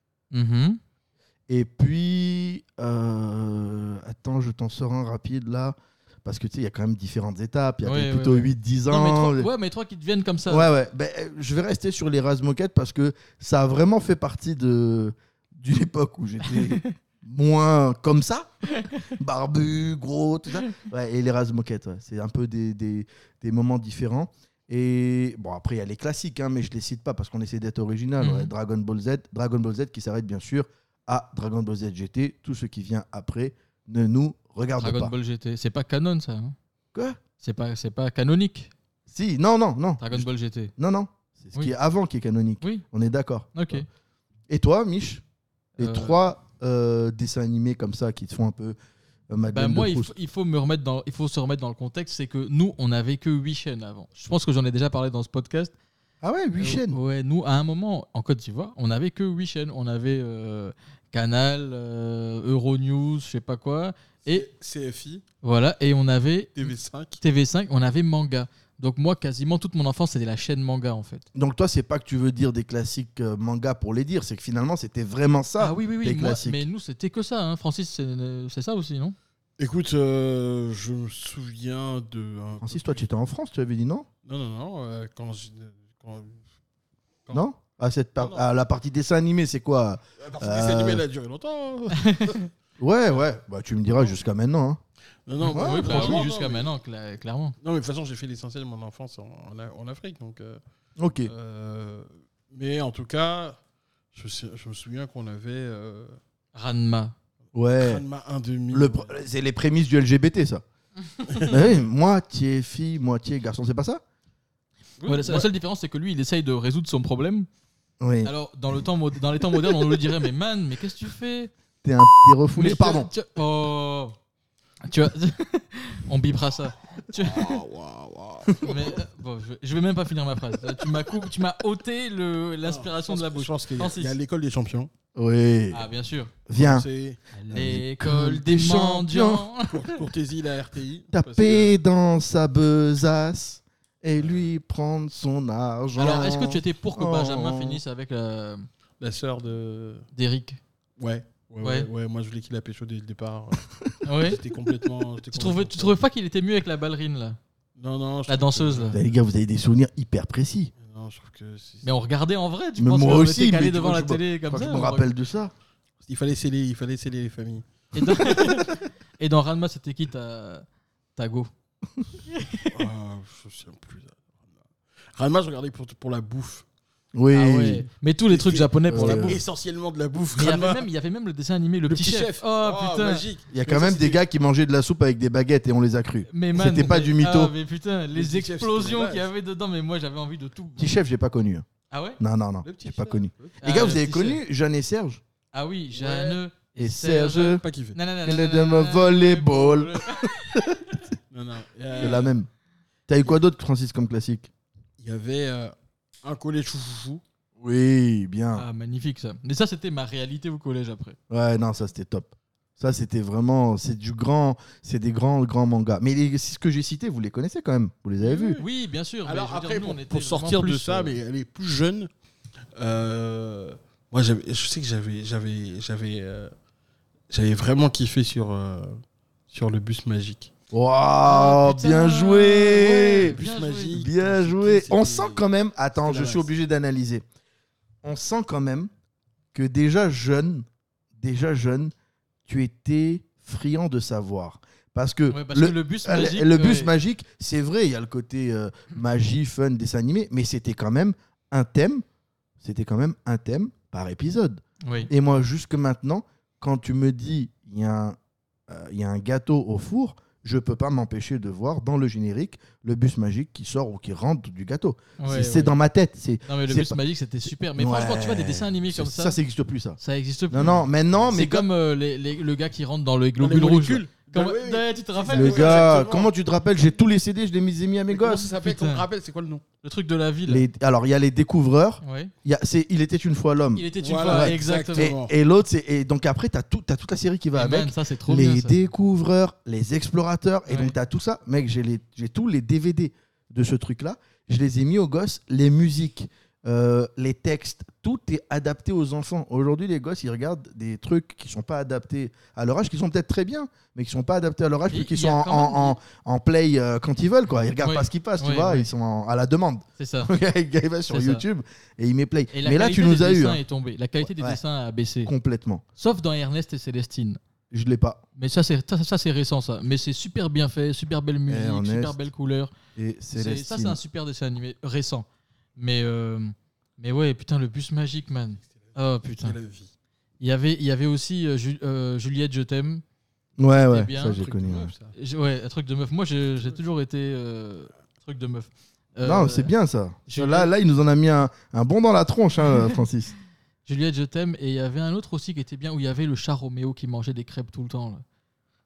Et puis. Attends, je t'en sors un rapide là. Parce que tu sais, il y a quand même différentes étapes. Il y a plutôt 8-10 ans. Non, mais trois qui te viennent comme ça. Ouais. Ben, je vais rester sur les Erasmus Moquette parce que ça a vraiment fait partie d'une époque où j'étais moins comme ça. Barbu, gros, tout ça. Ouais, et les Erasmus Moquette, c'est un peu des moments différents. Et bon, après, il y a les classiques, hein, mais je ne les cite pas parce qu'on essaie d'être original. Ouais, Dragon Ball Z qui s'arrête bien sûr à Dragon Ball Z GT. Tout ce qui vient après ne nous regarde pas. Dragon Ball GT, c'est pas canon ça. Hein? Quoi? C'est pas canonique. Si, non. Dragon Ball GT. Non. C'est ce qui est avant qui est canonique. Oui. On est d'accord. Ok. Et toi, Mich? Les 3 dessins animés comme ça qui te font un peu Madeleine moi, de Proust. il faut se remettre dans le contexte, c'est que nous, on n'avait que 8 chaînes avant. Je pense que j'en ai déjà parlé dans ce podcast. Ah ouais, 8 chaînes. Ouais, nous, à un moment, en Côte d'Ivoire, on n'avait que 8 chaînes. On avait Canal, Euronews, je sais pas quoi. Et CFI. Voilà, et on avait TV5, on avait Manga. Donc moi, quasiment toute mon enfance, c'était la chaîne Manga, en fait. Donc toi, c'est pas que tu veux dire des classiques manga pour les dire, c'est que finalement, c'était vraiment ça. Ah oui, les moi, classiques. mais nous, c'était que ça. Hein. Francis, c'est ça aussi, non? Écoute, je me souviens de... Francis, toi, tu étais en France, tu avais dit non? Non. Non Non. La partie dessin animé, c'est quoi? La partie dessin animé, elle a duré longtemps. Ouais. Bah, tu me diras jusqu'à maintenant. Hein. Non, Ouais, Oui, franchement, jusqu'à non, mais- maintenant, clairement. Non, mais de toute façon, j'ai fait l'essentiel de mon enfance en Afrique. Donc, Ok. mais en tout cas, je me souviens qu'on avait Ranma. Ouais. Ranma 1/2. C'est les prémices du LGBT, ça. Mais oui, moitié fille, moitié garçon, c'est pas ça? Ouais, la seule différence, c'est que lui, il essaye de résoudre son problème. Oui. Alors, dans les temps modernes, on nous le dirait, mais man, mais qu'est-ce que tu fais? T'es un petit refoulé. Mais Pardon. Oh. Tu vois, on bipera ça. Mais, bon, je vais même pas finir ma phrase. Tu m'as ôté l'inspiration de la bouche. Je pense qu'il y Francis. a l'école des champions. Oui. Ah, bien sûr. Viens. C'est L'école des mendiants. courtésie, la RTI. Taper dans sa besace et lui prendre son argent. Alors, est-ce que tu étais pour que Oh. Benjamin finisse avec La sœur d'Eric? Ouais, Ouais. moi je voulais qu'il a pécho dès le départ. Ouais. J'étais complètement. Tu trouvais pas qu'il était mieux avec la ballerine, là? Non. La danseuse, là. Les gars, vous avez des souvenirs hyper précis. Non, je trouve que. Mais on regardait en vrai, tu Mais penses moi qu'on aussi, était calé mais devant la tu vois, télé comme Quand ça? je me on rappelle de ça. Il fallait sceller les familles. Et dans, et dans Ranma, c'était qui ta go? Je me souviens plus. Ranma, je regardais pour la bouffe. Oui. Ah ouais. Mais tous les trucs japonais pour la bouffe. Essentiellement de la bouffe. Mais Ranma. il y avait même le dessin animé, le petit chef. Oh putain. Magique. Il y a quand même des gars qui mangeaient de la soupe avec des baguettes et on les a crus. Mais man, C'était pas du mytho. Ah, mais putain, les petit chef, explosions c'était qu'il y avait dedans, mais moi j'avais envie de tout. Petit chef, j'ai pas connu. Ah ouais? Non, Le petit j'ai pas chef. connu. Ah, Les gars, le vous avez petit connu Jeanne et Serge? Ah oui, Jeanne Et Serge. Pas kiffé. Elle est de mon volleyball. Non. C'est la même. T'as eu quoi d'autre, Francis, comme classique? Il y avait un collège chouchou. Oui, bien. Ah, magnifique ça. Mais ça, c'était ma réalité au collège après. Ouais, non, ça c'était top. Ça c'était vraiment, c'est des grands mangas. Mais ce que j'ai cité, vous les connaissez quand même, vous les avez vus. Oui, bien sûr. mais Alors je veux dire, après, nous, on était pour vraiment sortir de plus, ça, mais elle est plus jeune. Moi, je sais que j'avais vraiment kiffé sur le bus magique. Waouh, putain, bien joué, ouais, Bus bien joué. magique. bien joué. C'était- On sent quand même. Attends, c'était je la suis base. obligé d'analyser. On sent quand même que déjà jeune, tu étais friand de savoir. Parce que Ouais, parce que le bus magique. le bus ouais. magique, c'est vrai, il y a le côté magie, fun, dessin animé, mais c'était quand même un thème. C'était quand même un thème par épisode. Oui. Et moi, jusque maintenant, quand tu me dis il y a un gâteau au four, je peux pas m'empêcher de voir dans le générique le bus magique qui sort ou qui rentre du gâteau. Ouais, C'est ouais. dans ma tête. Non, mais le c'est bus pas- magique, c'était super. Mais Ouais. franchement, tu vois, des dessins animés comme ça, Ça n'existe plus, ça. ça existe plus. Non, maintenant, mais C'est comme le gars qui rentre dans le Dans les globule rouge. molécules. Comment- Ah oui, oui. Ouais, tu te rappelles le ouais, gars, exactement. comment tu te rappelles? J'ai tous les CD, je les ai mis à mes Comment gosses. ça s'appelle? Putain. Qu'on me rappelle, c'est quoi le nom? Le truc de la ville. Alors, il y a les découvreurs. Ouais. Il était une fois l'homme. Il était une Voilà, fois, ouais, exactement. Et l'autre, et donc après, tu as toute la série qui va Et avec. man, ça, c'est trop bien. Les Ça. découvreurs, les explorateurs, et Ouais. donc tu as tout ça. Mec, j'ai tous les DVD de ce truc-là. Je les ai mis aux gosses. Les musiques, les textes, tout est adapté aux enfants. Aujourd'hui, les gosses, ils regardent des trucs qui sont pas adaptés à leur âge, qui sont peut-être très bien, mais qui sont pas adaptés à leur âge, Il- puis qui il y sont a quand même en play quand ils veulent. Quoi. Ils regardent Ouais. pas ce qui passe, tu Ouais, vois. ouais. Ils sont à la demande. C'est ça. Le gars, il va sur C'est ça. YouTube et il met play. Et la Mais là, qualité tu nous des as eu dessins hein, est tombée. La qualité des Ouais. dessins a baissé. complètement. Sauf dans Ernest et Célestine. Je l'ai pas. Mais ça, c'est récent, ça. Mais c'est super bien fait, super belle musique, Ernest. super belle couleur. Et Ça, Célestine. c'est un super dessin animé récent. Mais ouais, putain, le bus magique, man. Oh putain. Quelle vie. Il y avait aussi Juliette, je t'aime. Ouais, C'était ouais, bien. ça j'ai Truc de connu. meuf, Ouais. ça. Ouais, un truc de meuf. Moi, j'ai toujours été truc de meuf. Non, c'est bien ça. Juliette- Là, il nous en a mis un bon dans la tronche, hein, Francis. Juliette, je t'aime. Et il y avait un autre aussi qui était bien où il y avait le chat Roméo qui mangeait des crêpes tout le temps. Là.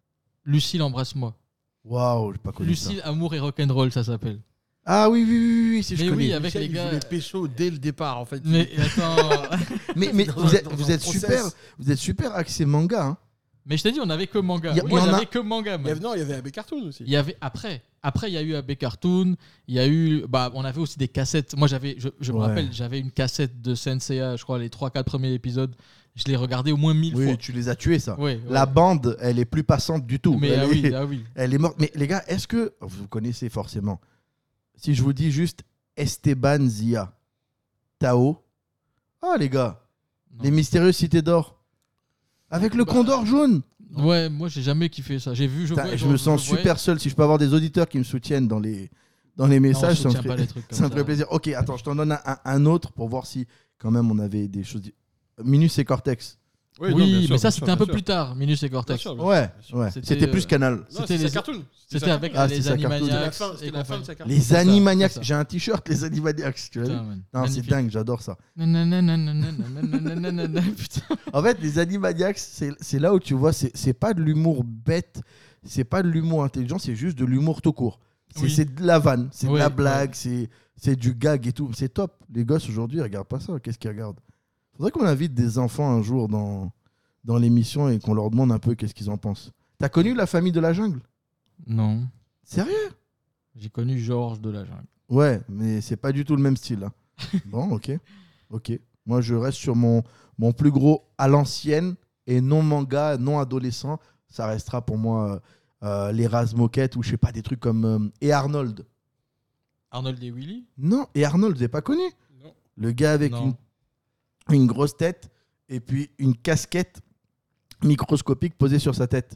Lucille, embrasse-moi. Waouh, j'ai pas connu Lucille, ça. Amour et Rock'n'Roll, ça s'appelle. Ah oui, si je Mais connais. oui, avec Michel, les il gars. voulait pécho dès le départ, en fait. Mais attends. Mais Dans vous un- êtes, dans vous un êtes process. super axé manga. Hein. Mais je t'ai dit, on avait que manga. Il y Moi, en a- j'avais que manga. Il y man. avait, non, il y avait AB Cartoon aussi. Il y avait après, il y a eu AB Cartoon, il y a eu, on avait aussi des cassettes. Moi, je me Ouais. rappelle, j'avais une cassette de Senseiya, je crois les 3-4 premiers épisodes. Je l'ai regardé au moins 1000 Oui, fois. tu les as tués, ça. Ouais, ouais. La bande, elle est plus passante du tout. Mais elle, ah est, oui, ah oui. elle est morte. Mais les gars, est-ce que vous connaissez forcément? Si je vous dis juste Esteban Zia, Tao. Ah, les gars, Non. les mystérieuses cités d'or. Avec le condor jaune. Ouais, moi j'ai jamais kiffé ça. J'ai vu, Putain, vois, je me sens voyais. super seul. Si je peux avoir des auditeurs qui me soutiennent dans les Non, messages, je ça me soutiens pas les trucs comme ça me ferait plaisir. Ok, attends, je t'en donne un autre pour voir si quand même on avait des choses. Minus et Cortex. Oui, non, bien sûr, mais bien ça sûr, c'était un bien peu sûr. plus tard, Minus et Bien Cortex. sûr, bien Ouais, sûr. ouais. C'était, C'était plus Canal. Non, C'était c'est les- sa cartoon. C'était avec Ah, les c'était sa cartoon. Animaniacs. C'est la fin- c'était et la fin de compagnie. sa cartoon. Les C'est ça, Animaniacs. c'est ça. J'ai un t-shirt, les Animaniacs. Tu vois Putain, man. non, c'est Magnifique. dingue, j'adore ça. Nanananananananananana, putain. En fait, les Animaniacs, c'est là où tu vois, c'est pas de l'humour bête, c'est pas de l'humour intelligent, c'est juste de l'humour tout court. Oui. C'est de la vanne, c'est de Oui, la blague, c'est du gag et tout. C'est top. Les gosses aujourd'hui, ils regardent pas ça. Qu'est-ce qu'ils regardent? Faudrait qu'on invite des enfants un jour dans l'émission et qu'on leur demande un peu qu'est-ce qu'ils en pensent. T'as connu La Famille de la Jungle? Non, Sérieux? j'ai connu Georges de la Jungle. Ouais, mais c'est pas du tout le même style. Hein. Bon, ok. Moi, je reste sur mon plus gros à l'ancienne et non manga, non adolescent. Ça restera pour moi les Razmoquettes ou je sais pas, des trucs comme et Arnold. Arnold et Willy. Non, et Arnold, vous n'avez pas connu? Non. Le gars avec Non. une grosse tête et puis une casquette microscopique posée sur sa tête.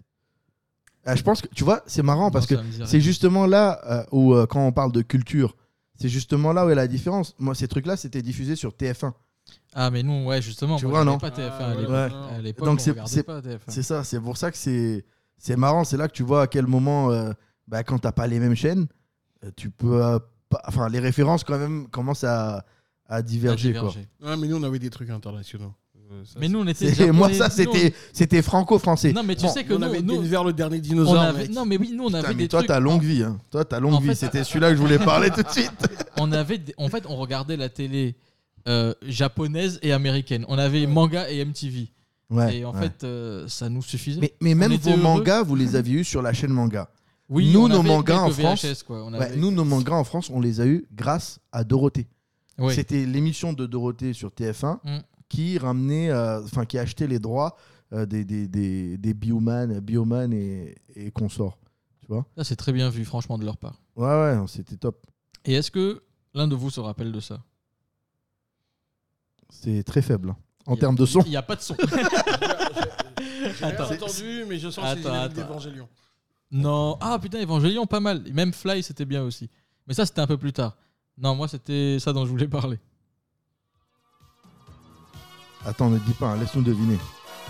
Je pense que, tu vois, c'est marrant parce que Non, ça me dit rien. c'est justement là où, quand on parle de culture, c'est justement là où est la différence. Moi, ces trucs-là, c'était diffusé sur TF1. Ah, mais nous, ouais, justement. Tu moi, vois, j'avais non pas TF1 Ah, à l'époque. ouais. À l'époque, Donc, on c'est- regardait c'est- pas TF1. C'est ça, c'est pour ça que c'est marrant. C'est là que tu vois à quel moment, quand t'as pas les mêmes chaînes, tu peux. Enfin, les références, quand même, commencent à diverger. Quoi. Diverger. Ouais, mais nous, on avait des trucs internationaux. Ça, Mais nous, on était. Moi, japonais. ça, c'était franco-français. Non, mais tu Bon, sais que on avait nous, Denver le dernier on dinosaure. avait. mec. Non, mais oui, nous, on Putain, avait mais des toi, trucs. t'as longue vie. Hein. Toi, t'as longue En vie. fait- C'était celui-là que je voulais parler tout de suite. On avait. En fait, on regardait la télé japonaise et américaine. On avait manga et MTV. Ouais, Et en ouais. fait, ça nous suffisait. Mais même on était vos heureux. mangas, vous les aviez eus sur la chaîne manga. Oui, nous, on nos avait mangas en quelques France, VHS, quoi. On Ouais, avait- nous, nos mangas en France, on les a eus grâce à Dorothée. Oui. C'était l'émission de Dorothée sur TF1 Mm. qui ramenait, qui achetait les droits des Bioman et consorts. Tu vois? Ça, c'est très bien vu, franchement, de leur part. Ouais, c'était top. Et est-ce que l'un de vous se rappelle de ça? C'est très faible. Hein. En termes de son. Il n'y a pas de son. J'ai rien Attends. entendu, mais je sens que c'est Attends. l'Évangélion. Non. Ah putain, Évangélion, pas mal. Et même Fly, c'était bien aussi. Mais ça, c'était un peu plus tard. Non, moi, c'était ça dont je voulais parler. Attends, ne dis pas, hein, laisse-nous deviner.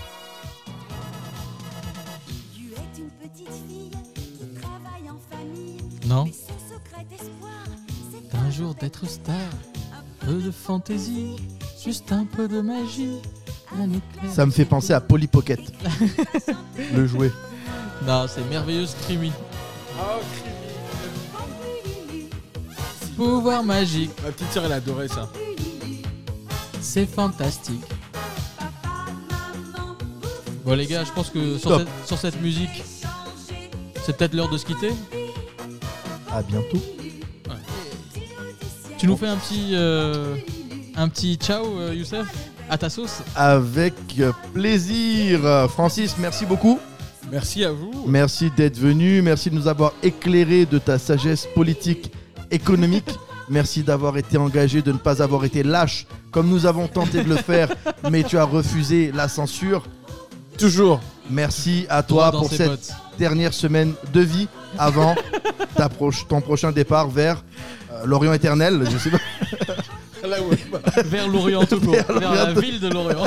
Tu es une petite fille qui travaille en famille. Non. Mais son secret espoir, c'est Un jour d'être star, peu de fantaisie, juste un peu de magie. Un éclair. Ça me fait penser à Polly Pocket. Le jouet. Non, c'est merveilleuse Creamy. Ah, Pouvoir magique, ma petite sœur, elle adorait ça. c'est fantastique. Bon les gars, je pense que Stop. sur cette musique, c'est peut-être l'heure de se quitter. À bientôt. Tu nous fais un petit ciao, Youssef, à ta sauce. Avec plaisir. Francis, merci beaucoup. Merci à vous. Merci d'être venu. Merci de nous avoir éclairé de ta sagesse politique, économique. Merci d'avoir été engagé, de ne pas avoir été lâche comme nous avons tenté de le faire, mais tu as refusé la censure. Toujours. Merci à toi Dans pour ses cette bottes. dernière semaine de vie avant ton prochain départ vers l'Orient éternel. Je sais pas. Là, ouais, bah. Vers l'Orient tout court, Vers vers la l'Orient. ville de l'Orient.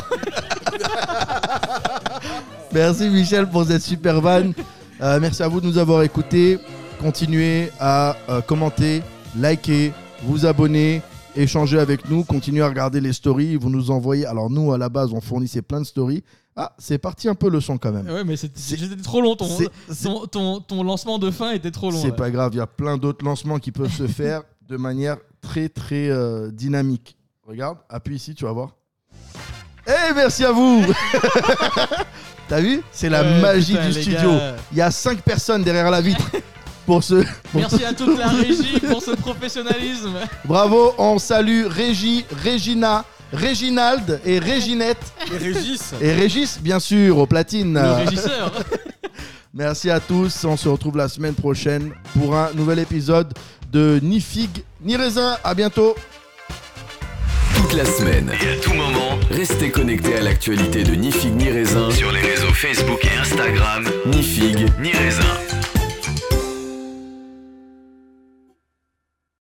Merci Michel pour cette super vanne. Merci à vous de nous avoir écoutés. Continuez à commenter, liker, vous abonner, échanger avec nous. Continuez à regarder les stories. Vous nous envoyez. Alors nous, à la base, on fournissait plein de stories. Ah, c'est parti un peu le son quand même. Ouais, mais c'était trop long. Ton lancement de fin était trop long. C'est pas grave, il y a plein d'autres lancements qui peuvent se faire de manière très très dynamique. Regarde, appuie ici, tu vas voir. Eh, merci à vous. T'as vu? C'est la magie du studio. Il y a 5 personnes derrière la vitre. Merci à toute la régie pour ce professionnalisme. Bravo, on salue Régie, Régina, Réginald et Réginette. Et Régis. Et Régis, bien sûr, au platine. Le régisseur. Merci à tous, on se retrouve la semaine prochaine pour un nouvel épisode de Ni Figue, Ni Raisin. À bientôt. Toute la semaine et à tout moment, restez connectés à l'actualité de Ni Figue Ni Raisin sur les réseaux Facebook et Instagram. Ni Figue Ni Raisin.